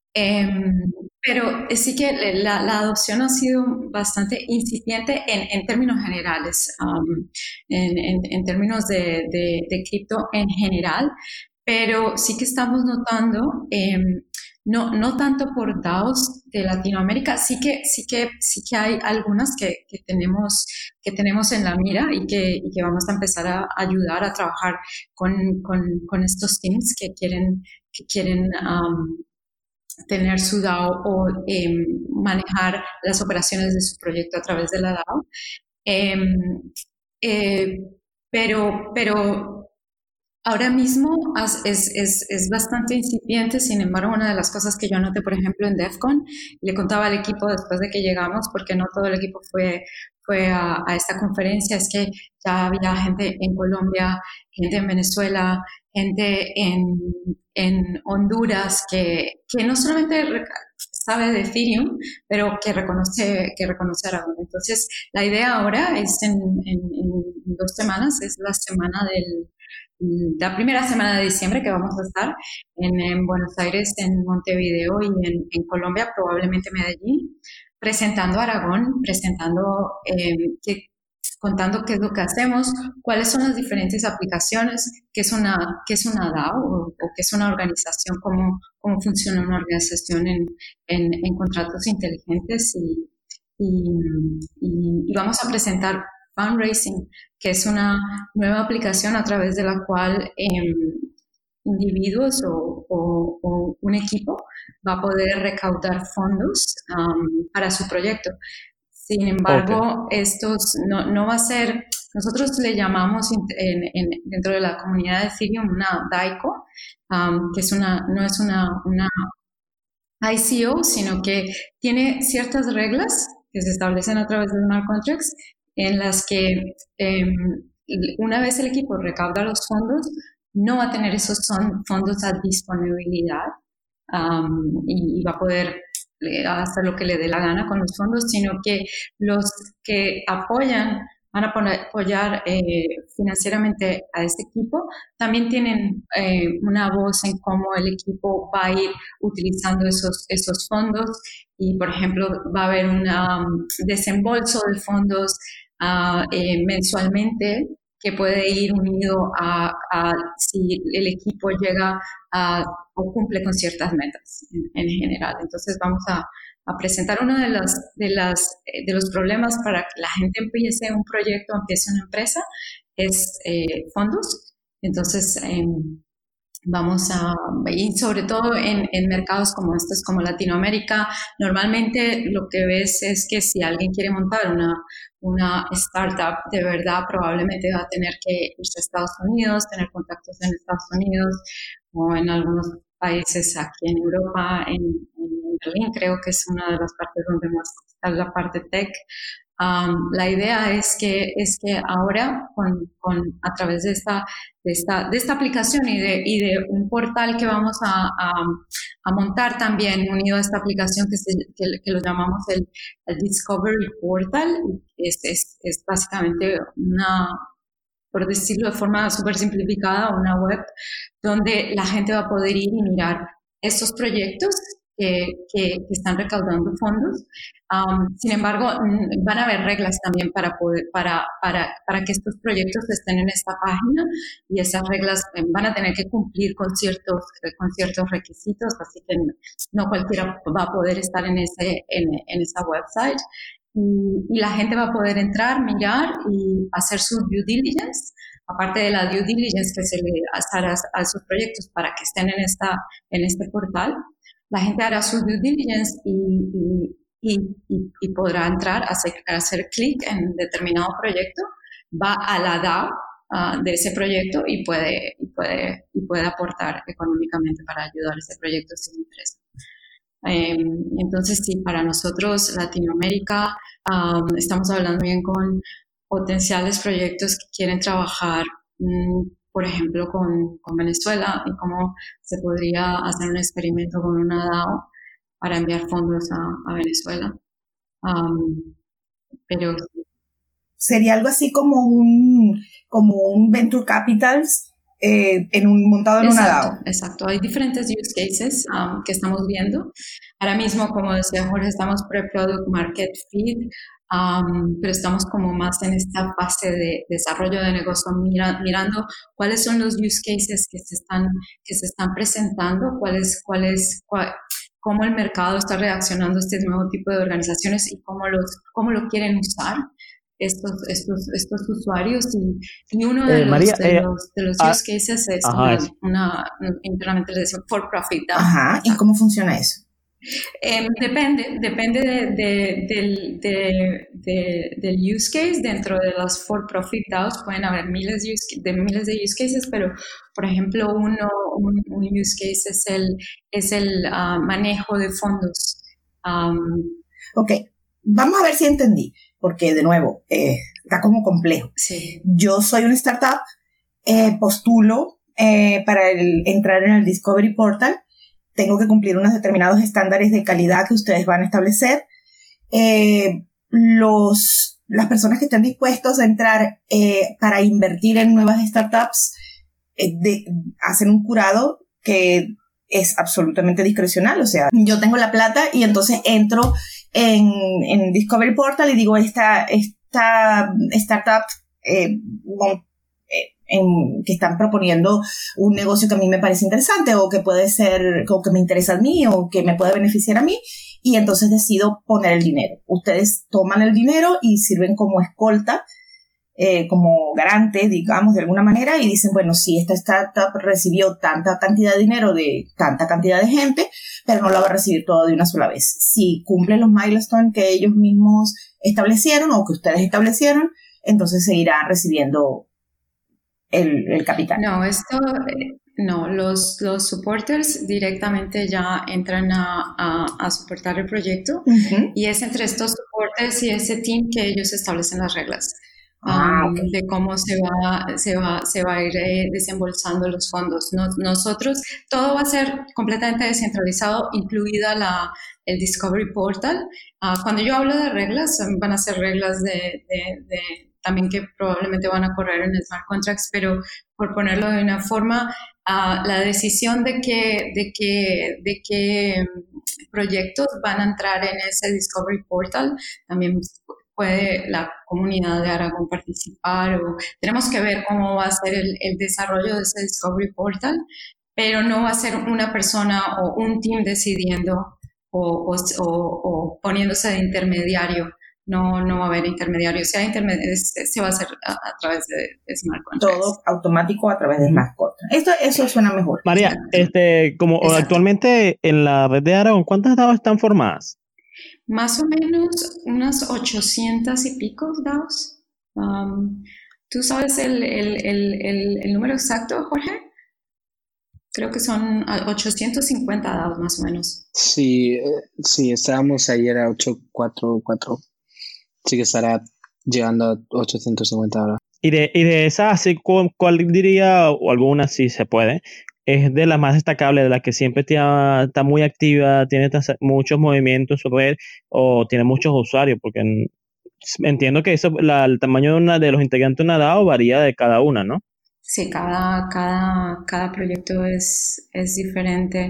Pero sí que la adopción ha sido bastante incipiente en términos generales, en términos de cripto en general, pero sí que estamos notando, no tanto por DAOs de Latinoamérica, sí que hay algunas que tenemos en la mira y que vamos a empezar a ayudar a trabajar con estos teams que quieren tener su DAO o manejar las operaciones de su proyecto a través de la DAO. Pero ahora mismo es bastante incipiente. Sin embargo, una de las cosas que yo noté, por ejemplo, en DEFCON, le contaba al equipo después de que llegamos, porque no todo el equipo fue a esta conferencia, es que ya había gente en Colombia, gente en Venezuela, gente en Honduras que no solamente sabe de Ethereum, pero que reconoce Aragon. Entonces, la idea ahora es en 2 semanas, es la primera semana de diciembre que vamos a estar en Buenos Aires, en Montevideo y en Colombia, probablemente Medellín, presentando Aragón, contando qué es lo que hacemos, cuáles son las diferentes aplicaciones, qué es una DAO o qué es una organización, cómo funciona una organización en contratos inteligentes y vamos a presentar Fundraising, que es una nueva aplicación a través de la cual individuos o un equipo va a poder recaudar fondos para su proyecto. Sin embargo, estos no va a ser, nosotros le llamamos dentro de la comunidad de Ethereum una DAICO, que no es una ICO, sino que tiene ciertas reglas que se establecen a través de smart contracts en las que una vez el equipo recauda los fondos, no va a tener esos fondos a disponibilidad y va a poder hacer lo que le dé la gana con los fondos, sino que los que apoyan van a apoyar financieramente a este equipo, también tienen una voz en cómo el equipo va a ir utilizando esos fondos y, por ejemplo, va a haber un desembolso de fondos mensualmente que puede ir unido a si el equipo llega o cumple con ciertas metas en general. Entonces vamos a presentar uno de los problemas para que la gente empiece un proyecto, empiece una empresa, es fondos. Entonces y sobre todo en mercados como estos, como Latinoamérica, normalmente lo que ves es que si alguien quiere montar una startup de verdad, probablemente va a tener que irse a Estados Unidos, tener contactos en Estados Unidos o en algunos países aquí en Europa, en Berlín, creo que es una de las partes donde más está la parte tech. La idea es que ahora a través de esta aplicación y de un portal que vamos a montar también unido a esta aplicación que lo llamamos el Discovery Portal, es básicamente por decirlo de forma súper simplificada, una web donde la gente va a poder ir y mirar estos proyectos que están recaudando fondos. Sin embargo, van a haber reglas también para que estos proyectos estén en esta página y esas reglas van a tener que cumplir con ciertos requisitos, así que no cualquiera va a poder estar en esa website. Y la gente va a poder entrar, mirar y hacer su due diligence, aparte de la due diligence que se le hará a sus proyectos para que estén en este portal. La gente hará su due diligence y podrá entrar, hacer clic en determinado proyecto, va a la DAO de ese proyecto y puede aportar económicamente para ayudar a ese proyecto si le interesa. Entonces, sí, para nosotros, Latinoamérica, estamos hablando bien con potenciales proyectos que quieren trabajar, por ejemplo, con Venezuela y cómo se podría hacer un experimento con una DAO para enviar fondos a Venezuela. Pero sería algo así como un venture capitals montado en una DAO. Exacto, hay diferentes use cases que estamos viendo. Ahora mismo, como decía Jorge, estamos pre-product market fit, pero estamos como más en esta fase de desarrollo de negocio, mirando cuáles son los use cases que se están presentando, cómo el mercado está reaccionando a este nuevo tipo de organizaciones y cómo lo quieren usar estos usuarios, y uno de los use cases es internamente le decimos for profit DAO. Ajá, ¿y cómo funciona eso? Depende del use case. Dentro de las for profit DAOs pueden haber miles de use cases, pero por ejemplo un use case es el manejo de fondos. Ok, vamos a ver si entendí, porque de nuevo está como complejo. Sí. Yo soy una startup, postulo para entrar en el Discovery Portal. Tengo que cumplir unos determinados estándares de calidad que ustedes van a establecer. Las personas que estén dispuestos a entrar para invertir en nuevas startups hacen un curado que es absolutamente discrecional. O sea, yo tengo la plata y entonces entro en Discovery Portal y digo, esta startup que están proponiendo un negocio que a mí me parece interesante o que puede ser, o que me interesa a mí o que me puede beneficiar a mí, y entonces decido poner el dinero. Ustedes toman el dinero y sirven como escolta, como garante, digamos, de alguna manera, y dicen, bueno, sí, esta startup recibió tanta cantidad de dinero de tanta cantidad de gente, pero no la va a recibir todo de una sola vez. Si cumplen los milestones que ellos mismos establecieron o que ustedes establecieron, entonces seguirá recibiendo el capital. No, los supporters directamente ya entran a soportar el proyecto, uh-huh. Y es entre estos supporters y ese team que ellos establecen las reglas okay. de cómo se va a ir desembolsando los fondos. Nosotros, todo va a ser completamente descentralizado, incluida el Discovery Portal. Cuando yo hablo de reglas, van a ser reglas también que probablemente van a correr en smart contracts, pero por ponerlo de una forma, la decisión de qué proyectos van a entrar en ese Discovery Portal, también puede la comunidad de Aragón participar, o tenemos que ver cómo va a ser el desarrollo de ese Discovery Portal, pero no va a ser una persona o un team decidiendo o poniéndose de intermediario. No va a haber intermediario, se va a hacer a través de Smart Contracts. Todo automático a través de Smart Contracts. Eso suena mejor. María, como exacto. Actualmente en la red de Aragón, ¿cuántas DAOs están formadas? Más o menos unas 800 y pico DAOs. ¿Tú sabes el número exacto, Jorge? Creo que son 850 DAOs más o menos. Sí, estábamos ayer a 844. Sí que estará llegando a 850 ahora. Y de esas, ¿cuál diría, o alguna sí se puede, es de las más destacables, de las que siempre está muy activa, tiene muchos movimientos en su red o tiene muchos usuarios? Porque entiendo que el tamaño de los integrantes de una DAO varía de cada una, ¿no? Sí, cada proyecto es diferente.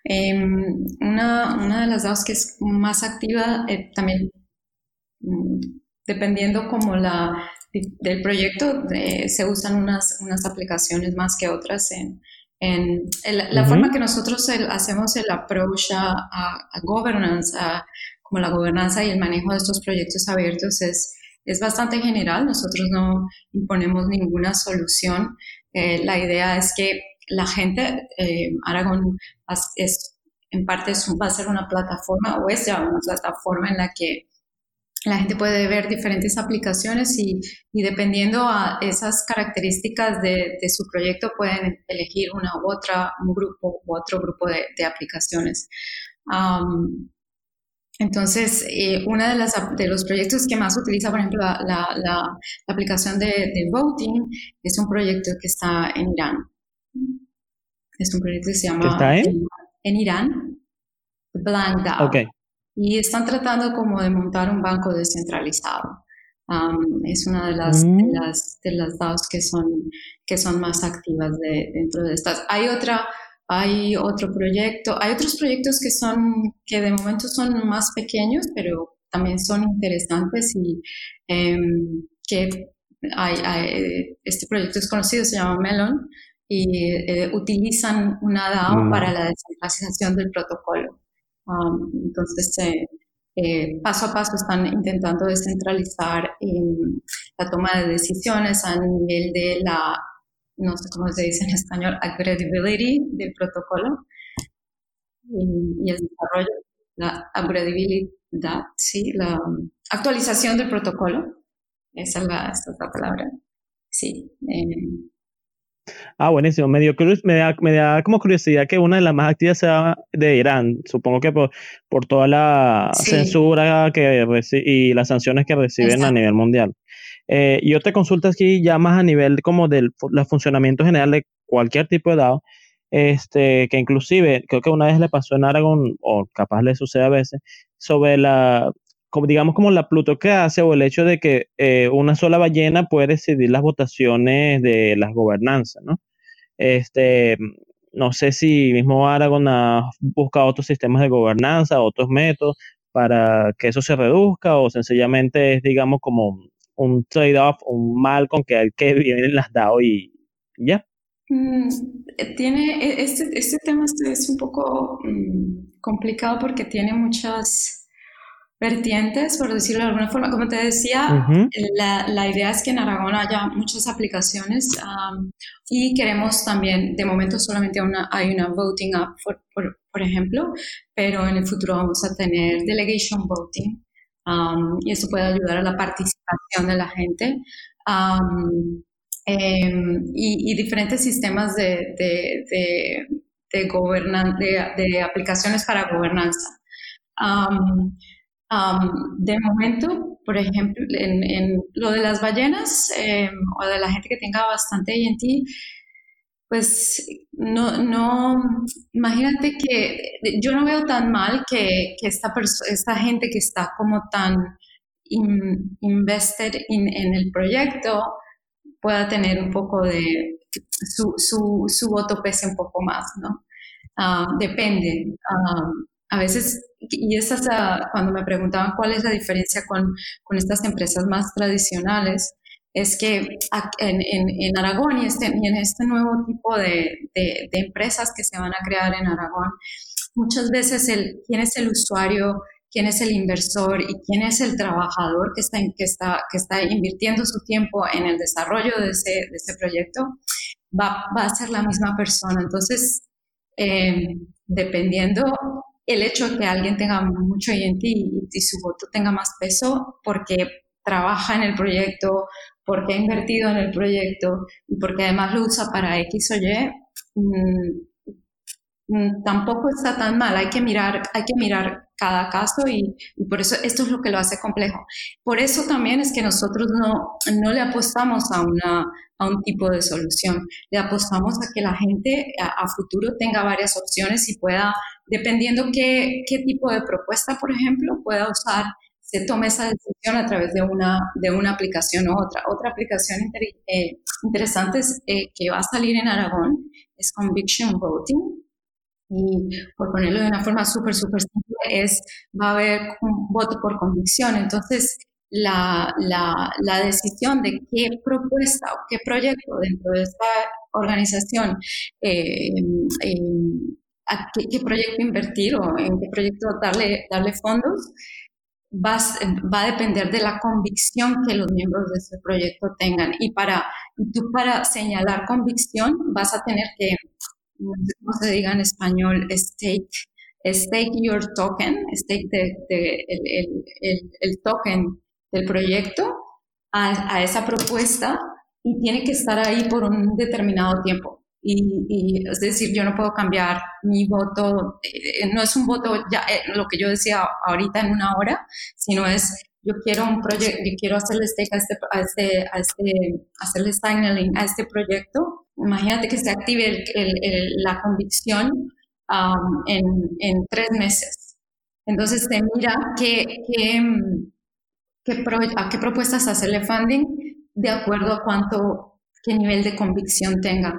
Una de las DAOs que es más activa también, dependiendo como del proyecto, se usan unas aplicaciones más que otras la uh-huh. forma que nosotros hacemos el approach a governance, como la gobernanza y el manejo de estos proyectos abiertos es bastante general. Nosotros no imponemos ninguna solución. La idea es que la gente, Aragón en parte va a ser una plataforma, o es ya una plataforma en la que la gente puede ver diferentes aplicaciones y dependiendo a esas características de su proyecto pueden elegir una u otra, un grupo u otro grupo de aplicaciones. Entonces, uno de los proyectos que más utiliza, por ejemplo, la aplicación de voting es un proyecto que está en Irán. Es un proyecto que se llama... ¿Que está en Irán, Blank DAO. Okay. Y están tratando como de montar un banco descentralizado. Es una de las DAOs que son más activas dentro de estas. Hay otro proyecto, hay otros proyectos que de momento son más pequeños, pero también son interesantes y este proyecto es conocido, se llama Melon, y utilizan una DAO para la descentralización del protocolo. Entonces, paso a paso están intentando descentralizar la toma de decisiones a nivel de no sé cómo se dice en español, upgradability del protocolo y el desarrollo, la upgradabilidad, sí, la actualización del protocolo, esa es la palabra, sí. Buenísimo. Me da como curiosidad que una de las más activas sea de Irán. Supongo que por toda la censura y las sanciones que reciben a nivel mundial. Yo te consulto aquí ya más a nivel como del funcionamiento general de cualquier tipo de DAO, que inclusive creo que una vez le pasó en Aragon, o capaz le sucede a veces, sobre como la plutocracia o el hecho de que una sola ballena puede decidir las votaciones de las gobernanzas, ¿no? No sé si mismo Aragon ha buscado otros sistemas de gobernanza, otros métodos para que eso se reduzca, o sencillamente es, digamos, como un trade-off, un mal con que vienen las DAO y ya. Este tema es un poco complicado porque tiene muchas vertientes, por decirlo de alguna forma. Como te decía, la idea es que en Aragón haya muchas aplicaciones y queremos también, de momento solamente hay una voting app, por ejemplo, pero en el futuro vamos a tener delegation voting y eso puede ayudar a la participación de la gente y diferentes sistemas de aplicaciones para gobernanza. De momento, por ejemplo, en lo de las ballenas o de la gente que tenga bastante INT, pues no, imagínate que yo no veo tan mal que esta gente que está como tan invested en el proyecto pueda tener un poco de su voto pese un poco más, ¿no? Depende. A veces, y cuando me preguntaban cuál es la diferencia con estas empresas más tradicionales, es que en Aragón y en este nuevo tipo de empresas que se van a crear en Aragón, muchas veces quién es el usuario, quién es el inversor y quién es el trabajador que está invirtiendo su tiempo en el desarrollo de ese proyecto, va a ser la misma persona. Entonces, dependiendo el hecho de que alguien tenga mucho INT y su voto tenga más peso porque trabaja en el proyecto, porque ha invertido en el proyecto y porque además lo usa para X o Y, tampoco está tan mal. Hay que mirar cada caso y por eso esto es lo que lo hace complejo. Por eso también es que nosotros no le apostamos a un tipo de solución. Le apostamos a que la gente a futuro tenga varias opciones y pueda, dependiendo qué tipo de propuesta, por ejemplo, pueda usar, se tome esa decisión a través de una aplicación u otra. Otra aplicación interesante que va a salir en Aragón es Conviction Voting. Y por ponerlo de una forma súper simple, va a haber un voto por convicción. Entonces, la decisión de qué propuesta o qué proyecto dentro de esta organización, a qué proyecto invertir o en qué proyecto darle fondos, va a depender de la convicción que los miembros de ese proyecto tengan. Y tú para señalar convicción vas a tener que, no sé cómo se diga en español, stake your token, stake el token del proyecto a esa propuesta y tiene que estar ahí por un determinado tiempo. y es decir, yo no puedo cambiar mi voto, no es un voto ya lo que yo decía ahorita en una hora, sino es yo quiero un proyecto, yo quiero hacerle stake hacerle signaling a este proyecto. Imagínate que se active la convicción en 3 meses. Entonces se mira a qué propuestas hacerle funding de acuerdo a qué nivel de convicción tenga.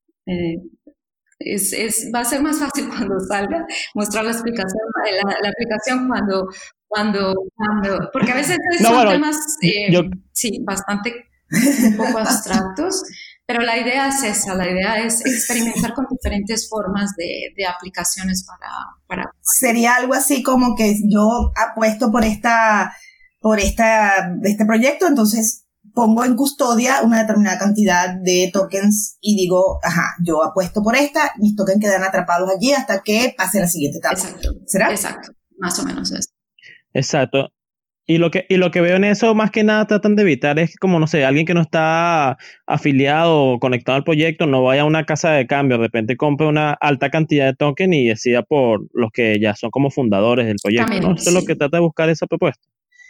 Va a ser más fácil cuando salga mostrar la explicación, la aplicación porque a veces son temas sí, bastante un poco abstractos, pero la idea es esa, la idea es experimentar con diferentes formas de aplicaciones para... Sería algo así como que yo apuesto por este proyecto, entonces pongo en custodia una determinada cantidad de tokens y digo, yo apuesto por mis tokens quedan atrapados allí hasta que pase la siguiente etapa. Exacto. ¿Será? Exacto, más o menos eso. Exacto. Y lo que veo en eso, más que nada, tratan de evitar es que, como, no sé, alguien que no está afiliado o conectado al proyecto no vaya a una casa de cambio, de repente compre una alta cantidad de token y decida por los que ya son como fundadores del proyecto, también, ¿no? Eso es lo que trata de buscar esa propuesta.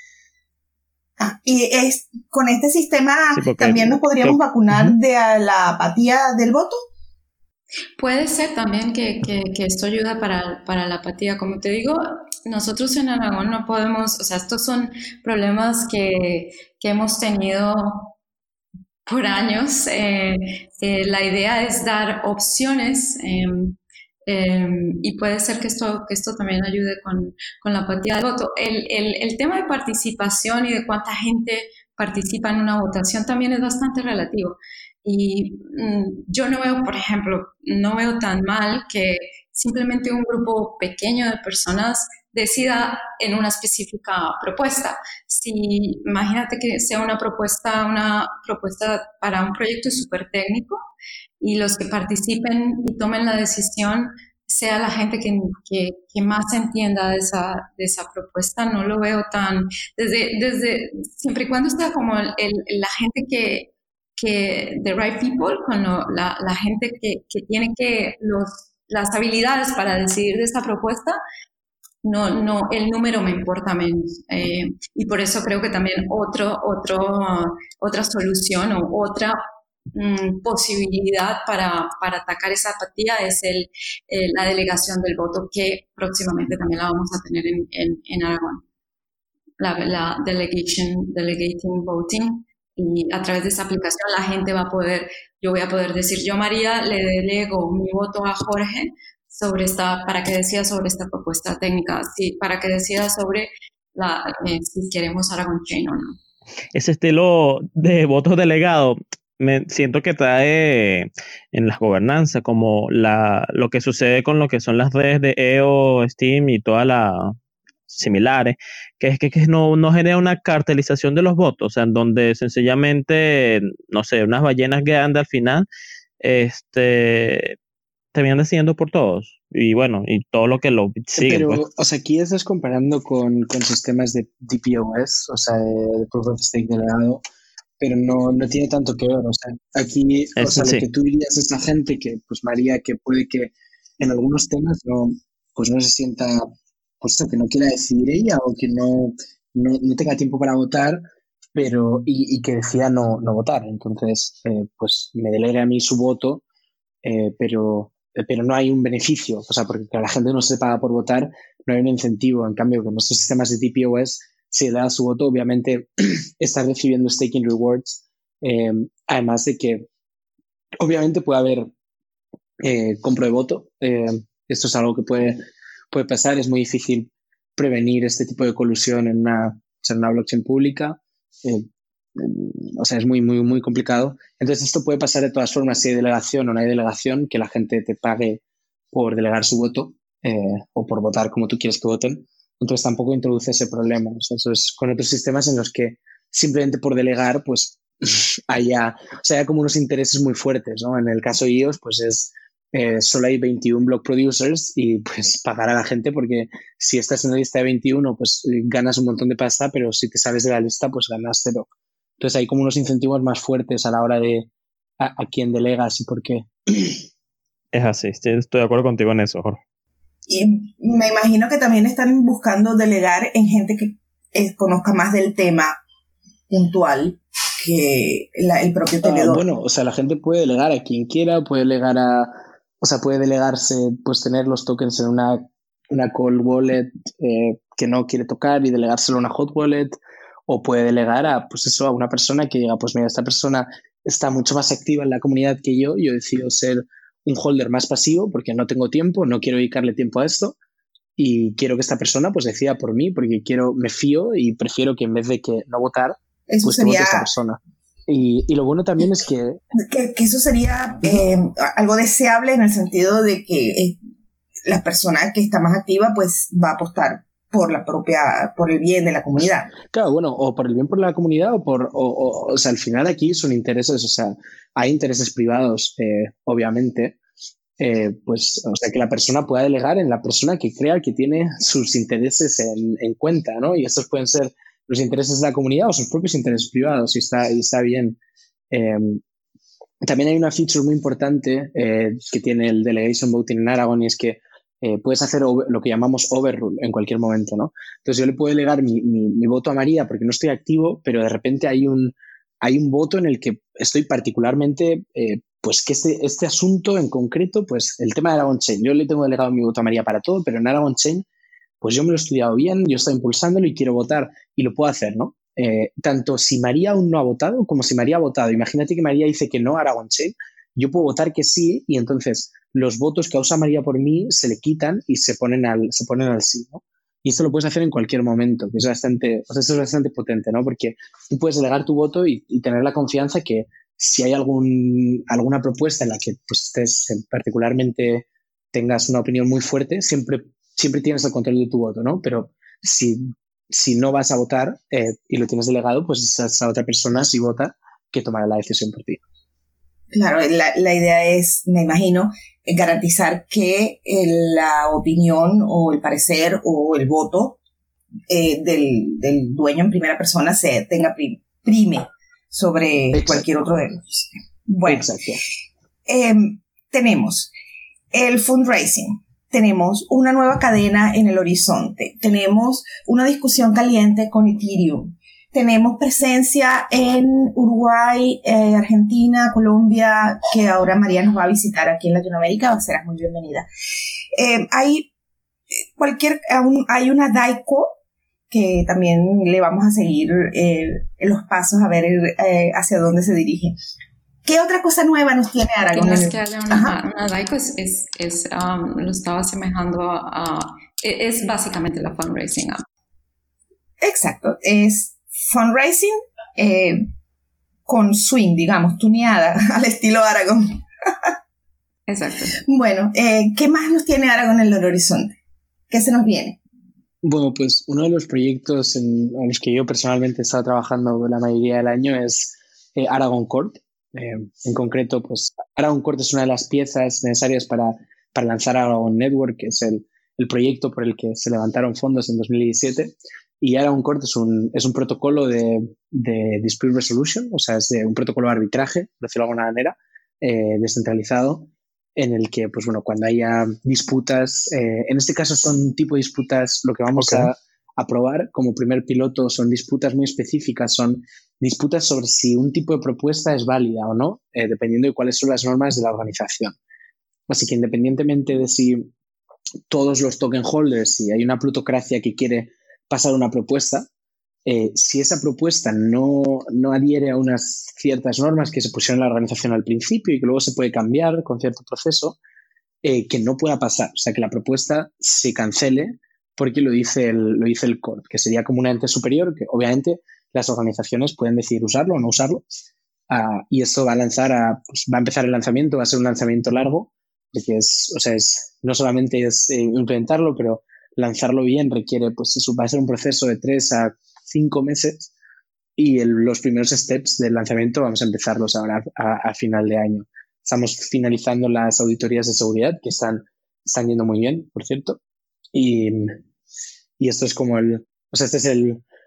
Y con este sistema también nos podríamos vacunar de la apatía del voto. Puede ser también que esto ayuda para la apatía. Como te digo, nosotros en Aragón no podemos, o sea, estos son problemas que hemos tenido por años. La idea es dar opciones y puede ser que esto también ayude con la apatía del voto. El tema de participación y de cuánta gente participa en una votación también es bastante relativo. Y yo no veo, por ejemplo, tan mal que simplemente un grupo pequeño de personas decida en una específica propuesta. Si imagínate que sea una propuesta para un proyecto súper técnico y los que participen y tomen la decisión sea la gente que más entienda de esa propuesta, no lo veo tan desde siempre y cuando está como la gente que the right people, con la gente que tiene las habilidades para decidir de esta propuesta, no, el número me importa menos. Y por eso creo que también otra solución o otra posibilidad para atacar esa apatía es la delegación del voto, que próximamente también la vamos a tener en Aragón. La delegating voting. Y a través de esa aplicación la gente yo voy a poder decir, yo María le delego mi voto a Jorge para que decida sobre esta propuesta técnica, para que decida sobre si queremos Aragon Chain o no. Ese estilo de votos delegados siento que trae en las gobernanzas como lo que sucede con lo que son las redes de EO, Steam y todas las similares, que es que no genera una cartelización de los votos, o sea, en donde sencillamente, no sé, unas ballenas grandes al final, terminan decidiendo por todos, y bueno, y todo lo que lo sigue. Pero, pues. O sea, aquí estás comparando con sistemas de DPoS, o sea, de Proof of Stake delegado, pero no tiene tanto que ver, o sea, aquí, o sea, lo que tú dirías a esta gente que, pues María, que puede que en algunos temas no se sienta, pues eso, que no quiera decidir ella o que no tenga tiempo para votar, pero y que decida no votar. Entonces, pues me delega a mí su voto, pero no hay un beneficio, o sea, porque la gente no se paga por votar, no hay un incentivo. En cambio, con nuestros sistemas de DPoS, si le da su voto, obviamente está recibiendo staking rewards, además de que obviamente puede haber compro de voto. Esto es algo que puede pasar. Es muy difícil prevenir este tipo de colusión en una blockchain pública. O sea, es muy, muy, muy complicado. Entonces, esto puede pasar de todas formas, si hay delegación o no hay delegación, que la gente te pague por delegar su voto o por votar como tú quieres que voten. Entonces, tampoco introduce ese problema. O sea, eso es con otros sistemas en los que simplemente por delegar, pues haya como unos intereses muy fuertes, ¿no? En el caso de IOS, pues solo hay 21 block producers y pues pagar a la gente, porque si estás en la lista de 21, pues ganas un montón de pasta, pero si te sales de la lista, pues ganas 0. Entonces hay como unos incentivos más fuertes a la hora de a quién delegas y por qué. Es así, estoy de acuerdo contigo en eso, Jorge. Y me imagino que también están buscando delegar en gente que conozca más del tema puntual que el propio tenedor. Bueno, o sea, la gente puede delegar a quien quiera, puede delegarse, pues tener los tokens en una cold wallet que no quiere tocar y delegárselo a una hot wallet, o puede delegar a una persona que diga, pues mira, esta persona está mucho más activa en la comunidad que yo decido ser un holder más pasivo porque no tengo tiempo, no quiero dedicarle tiempo a esto y quiero que esta persona pues decida por mí porque me fío y prefiero que en vez de que no votar, eso pues sería, que vote esta persona. Y lo bueno también es que eso sería algo deseable en el sentido de que la persona que está más activa pues va a apostar por el bien de la comunidad. Claro, bueno, o por el bien por la comunidad o sea, al final aquí son intereses, o sea, hay intereses privados, obviamente, pues, o sea, que la persona pueda delegar en la persona que crea que tiene sus intereses en cuenta, ¿no? Y estos pueden ser los intereses de la comunidad o sus propios intereses privados, y está bien. También hay una feature muy importante que tiene el Delegation Voting en Aragon, y es que puedes hacer lo que llamamos overrule en cualquier momento, ¿no? Entonces yo le puedo delegar mi voto a María porque no estoy activo, pero de repente hay un voto en el que estoy particularmente, pues que este asunto en concreto, pues el tema de Aragon Chain, yo le tengo delegado mi voto a María para todo, pero en Aragon Chain, pues yo me lo he estudiado bien, yo estoy impulsándolo y quiero votar y lo puedo hacer, ¿no? Tanto si María aún no ha votado como si María ha votado. Imagínate que María dice que no a Aragon Chain, yo puedo votar que sí y entonces los votos que usa María por mí se le quitan y se ponen al sí, ¿no? Y esto lo puedes hacer en cualquier momento, que es bastante, o sea, esto es bastante potente, ¿no? Porque tú puedes delegar tu voto y tener la confianza que si hay alguna propuesta en la que pues, particularmente tengas una opinión muy fuerte, siempre tienes el control de tu voto, ¿no? Pero si no vas a votar y lo tienes delegado, pues esa otra persona, si vota, que tomará la decisión por ti. Claro, la idea es, me imagino, garantizar que la opinión o el parecer o el voto del dueño en primera persona prime sobre Exacto. cualquier otro de ellos. Bueno, exacto. Tenemos el fundraising, tenemos una nueva cadena en el horizonte, tenemos una discusión caliente con Ethereum, tenemos presencia en Uruguay, Argentina, Colombia, que ahora María nos va a visitar aquí en Latinoamérica, será muy bienvenida. Hay una DAICO que también le vamos a seguir los pasos a ver hacia dónde se dirige. ¿Qué otra cosa nueva nos tiene Aragon? Que no es que haya una DAICO, lo estaba asemejando es básicamente la fundraising app. Exacto, es fundraising con swing, digamos, tuneada al estilo Aragon. Exacto. Bueno, ¿qué más nos tiene Aragon en el horizonte? ¿Qué se nos viene? Bueno, pues uno de los proyectos en los que yo personalmente he estado trabajando la mayoría del año es Aragon Court. En concreto, pues Aragon Court es una de las piezas necesarias para lanzar Aragon Network, que es el proyecto por el que se levantaron fondos en 2017. Y Aragon Court es un protocolo de dispute resolution, o sea, es un protocolo de arbitraje, por decirlo de alguna manera, descentralizado, en el que, pues bueno, cuando haya disputas, en este caso son tipo de disputas, lo que vamos a probar como primer piloto son disputas muy específicas, son disputas sobre si un tipo de propuesta es válida o no, dependiendo de cuáles son las normas de la organización. Así que independientemente de si todos los token holders, si hay una plutocracia que quiere pasar una propuesta, si esa propuesta no adhiere a unas ciertas normas que se pusieron en la organización al principio y que luego se puede cambiar con cierto proceso, que no pueda pasar. O sea, que la propuesta se cancele porque lo dice el court, que sería como un ente superior, que obviamente las organizaciones pueden decidir usarlo o no usarlo. Y esto va a empezar el lanzamiento, va a ser un lanzamiento largo, porque no solamente es implementarlo, pero lanzarlo bien requiere, pues eso va a ser un proceso de 3 a 5 meses y los primeros steps del lanzamiento vamos a empezarlos ahora a final de año. Estamos finalizando las auditorías de seguridad que están yendo muy bien, por cierto, y esto es como este es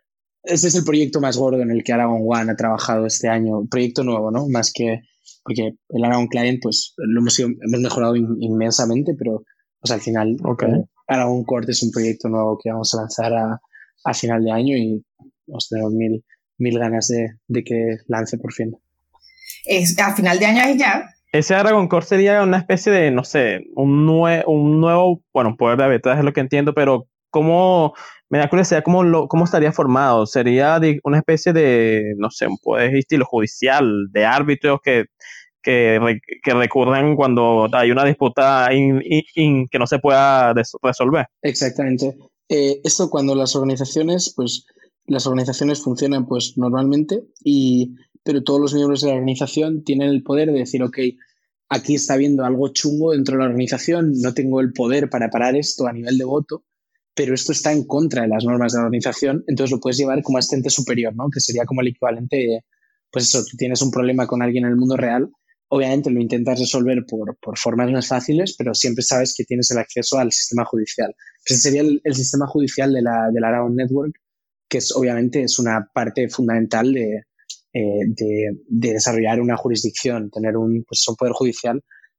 Este es el proyecto más gordo en el que Aragon One ha trabajado este año. Proyecto nuevo, ¿no? Más que... Porque el Aragon Client, pues, hemos mejorado inmensamente, pero pues al final Aragon Core es un proyecto nuevo que vamos a lanzar a final de año y tenemos mil ganas de que lance por fin. A final de año es ya. Ese Aragon Core sería una especie de, no sé, un nuevo, bueno, poder de beta es lo que entiendo, pero ¿cómo, me da curiosidad, cómo estaría formado? ¿Sería una especie de, no sé, un poder estilo judicial, de árbitros que recurren cuando hay una disputa que no se pueda resolver? Exactamente. Esto cuando las organizaciones funcionan pues normalmente, pero todos los miembros de la organización tienen el poder de decir, ok, aquí está habiendo algo chungo dentro de la organización, no tengo el poder para parar esto a nivel de voto, pero esto está en contra de las normas de la organización, entonces lo puedes llevar como a este ente superior, ¿no? Que sería como el equivalente de, pues eso, tú tienes un problema con alguien en el mundo real, obviamente lo intentas resolver por formas más fáciles, pero siempre sabes que tienes el acceso al sistema judicial. Ese sería el sistema judicial de la Aragon Network, que obviamente es una parte fundamental de desarrollar una jurisdicción, tener un poder judicial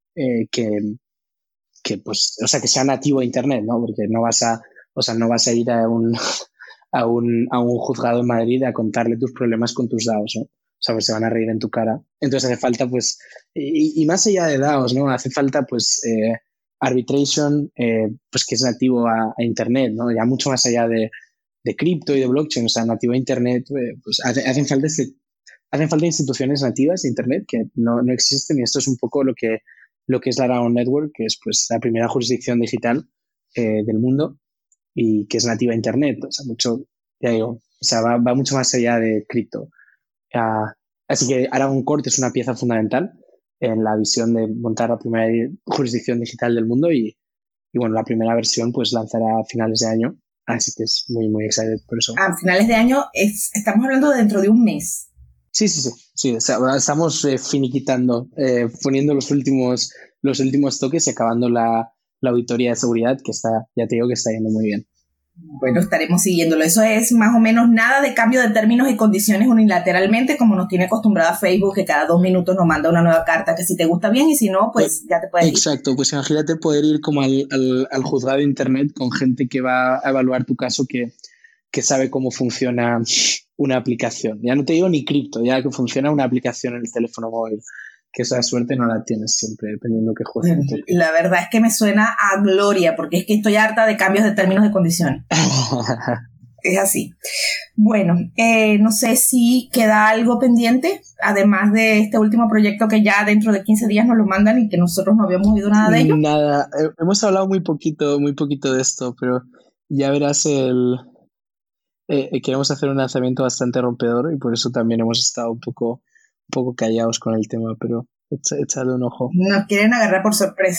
que sea nativo a Internet, ¿no? Porque no vas a ir a un juzgado en Madrid a contarle tus problemas con tus DAOs, ¿no? O sea, pues se van a reír en tu cara. Entonces hace falta, pues, y más allá de DAOs, ¿no? Hace falta, pues, arbitration, pues, que es nativo a Internet, ¿no? Ya mucho más allá de cripto y de blockchain, o sea, nativo a Internet, pues hacen falta instituciones nativas de Internet que no existen, y esto es un poco lo que es la Aragon Network, que es, pues, la primera jurisdicción digital del mundo y que es nativa a Internet. O sea, ya digo, o sea, va mucho más allá de cripto. Así que Aragon Core es una pieza fundamental en la visión de montar la primera jurisdicción digital del mundo y bueno, la primera versión pues lanzará a finales de año, así que es muy, muy excited por eso. A finales de año, estamos hablando de dentro de un mes. Sí, o sea, estamos finiquitando, poniendo los últimos toques y acabando la auditoría de seguridad, que ya te digo que está yendo muy bien. Bueno, estaremos siguiéndolo. Eso es más o menos nada de cambio de términos y condiciones unilateralmente, como nos tiene acostumbrada Facebook, que cada 2 minutos nos manda una nueva carta que si te gusta bien y si no, pues ya te puedes ir. Exacto, pues imagínate poder ir como al juzgado de Internet con gente que va a evaluar tu caso, que sabe cómo funciona una aplicación. Ya no te digo ni cripto, ya que funciona una aplicación en el teléfono móvil. Que esa suerte no la tienes siempre, dependiendo de qué juez. La verdad es que me suena a gloria, porque es que estoy harta de cambios de términos y condiciones. Es así. Bueno, no sé si queda algo pendiente, además de este último proyecto que ya dentro de 15 días nos lo mandan y que nosotros no habíamos oído nada de ello. Nada, hemos hablado muy poquito de esto, pero ya verás queremos hacer un lanzamiento bastante rompedor y por eso también hemos estado un poco callados con el tema, pero echadle un ojo. Nos quieren agarrar por sorpresa.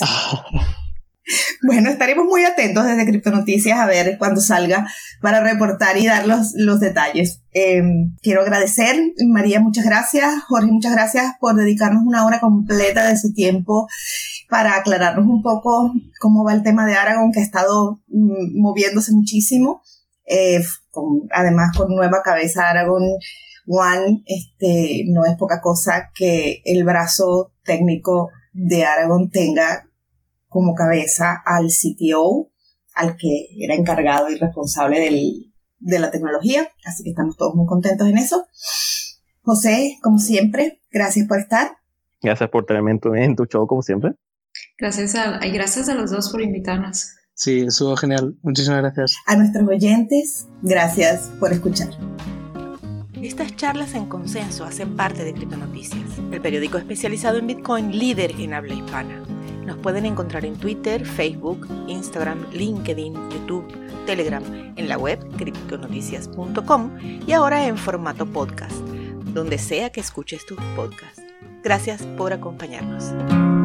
Bueno, estaremos muy atentos desde Criptonoticias a ver cuándo salga para reportar y dar los detalles. Quiero agradecer, María, muchas gracias, Jorge, muchas gracias por dedicarnos una hora completa de su tiempo para aclararnos un poco cómo va el tema de Aragon, que ha estado moviéndose muchísimo, además con nueva cabeza Aragon One. No es poca cosa que el brazo técnico de Aragon tenga como cabeza al CTO, al que era encargado y responsable de la tecnología, así que estamos todos muy contentos en eso. José, como siempre, gracias por estar. Gracias por tenerme en tu show, como siempre. Gracias a los dos por invitarnos. Sí, estuvo genial. Muchísimas gracias. A nuestros oyentes, gracias por escuchar. Estas charlas en consenso hacen parte de Criptonoticias, el periódico especializado en Bitcoin líder en habla hispana. Nos pueden encontrar en Twitter, Facebook, Instagram, LinkedIn, YouTube, Telegram, en la web criptonoticias.com y ahora en formato podcast, donde sea que escuches tus podcasts. Gracias por acompañarnos.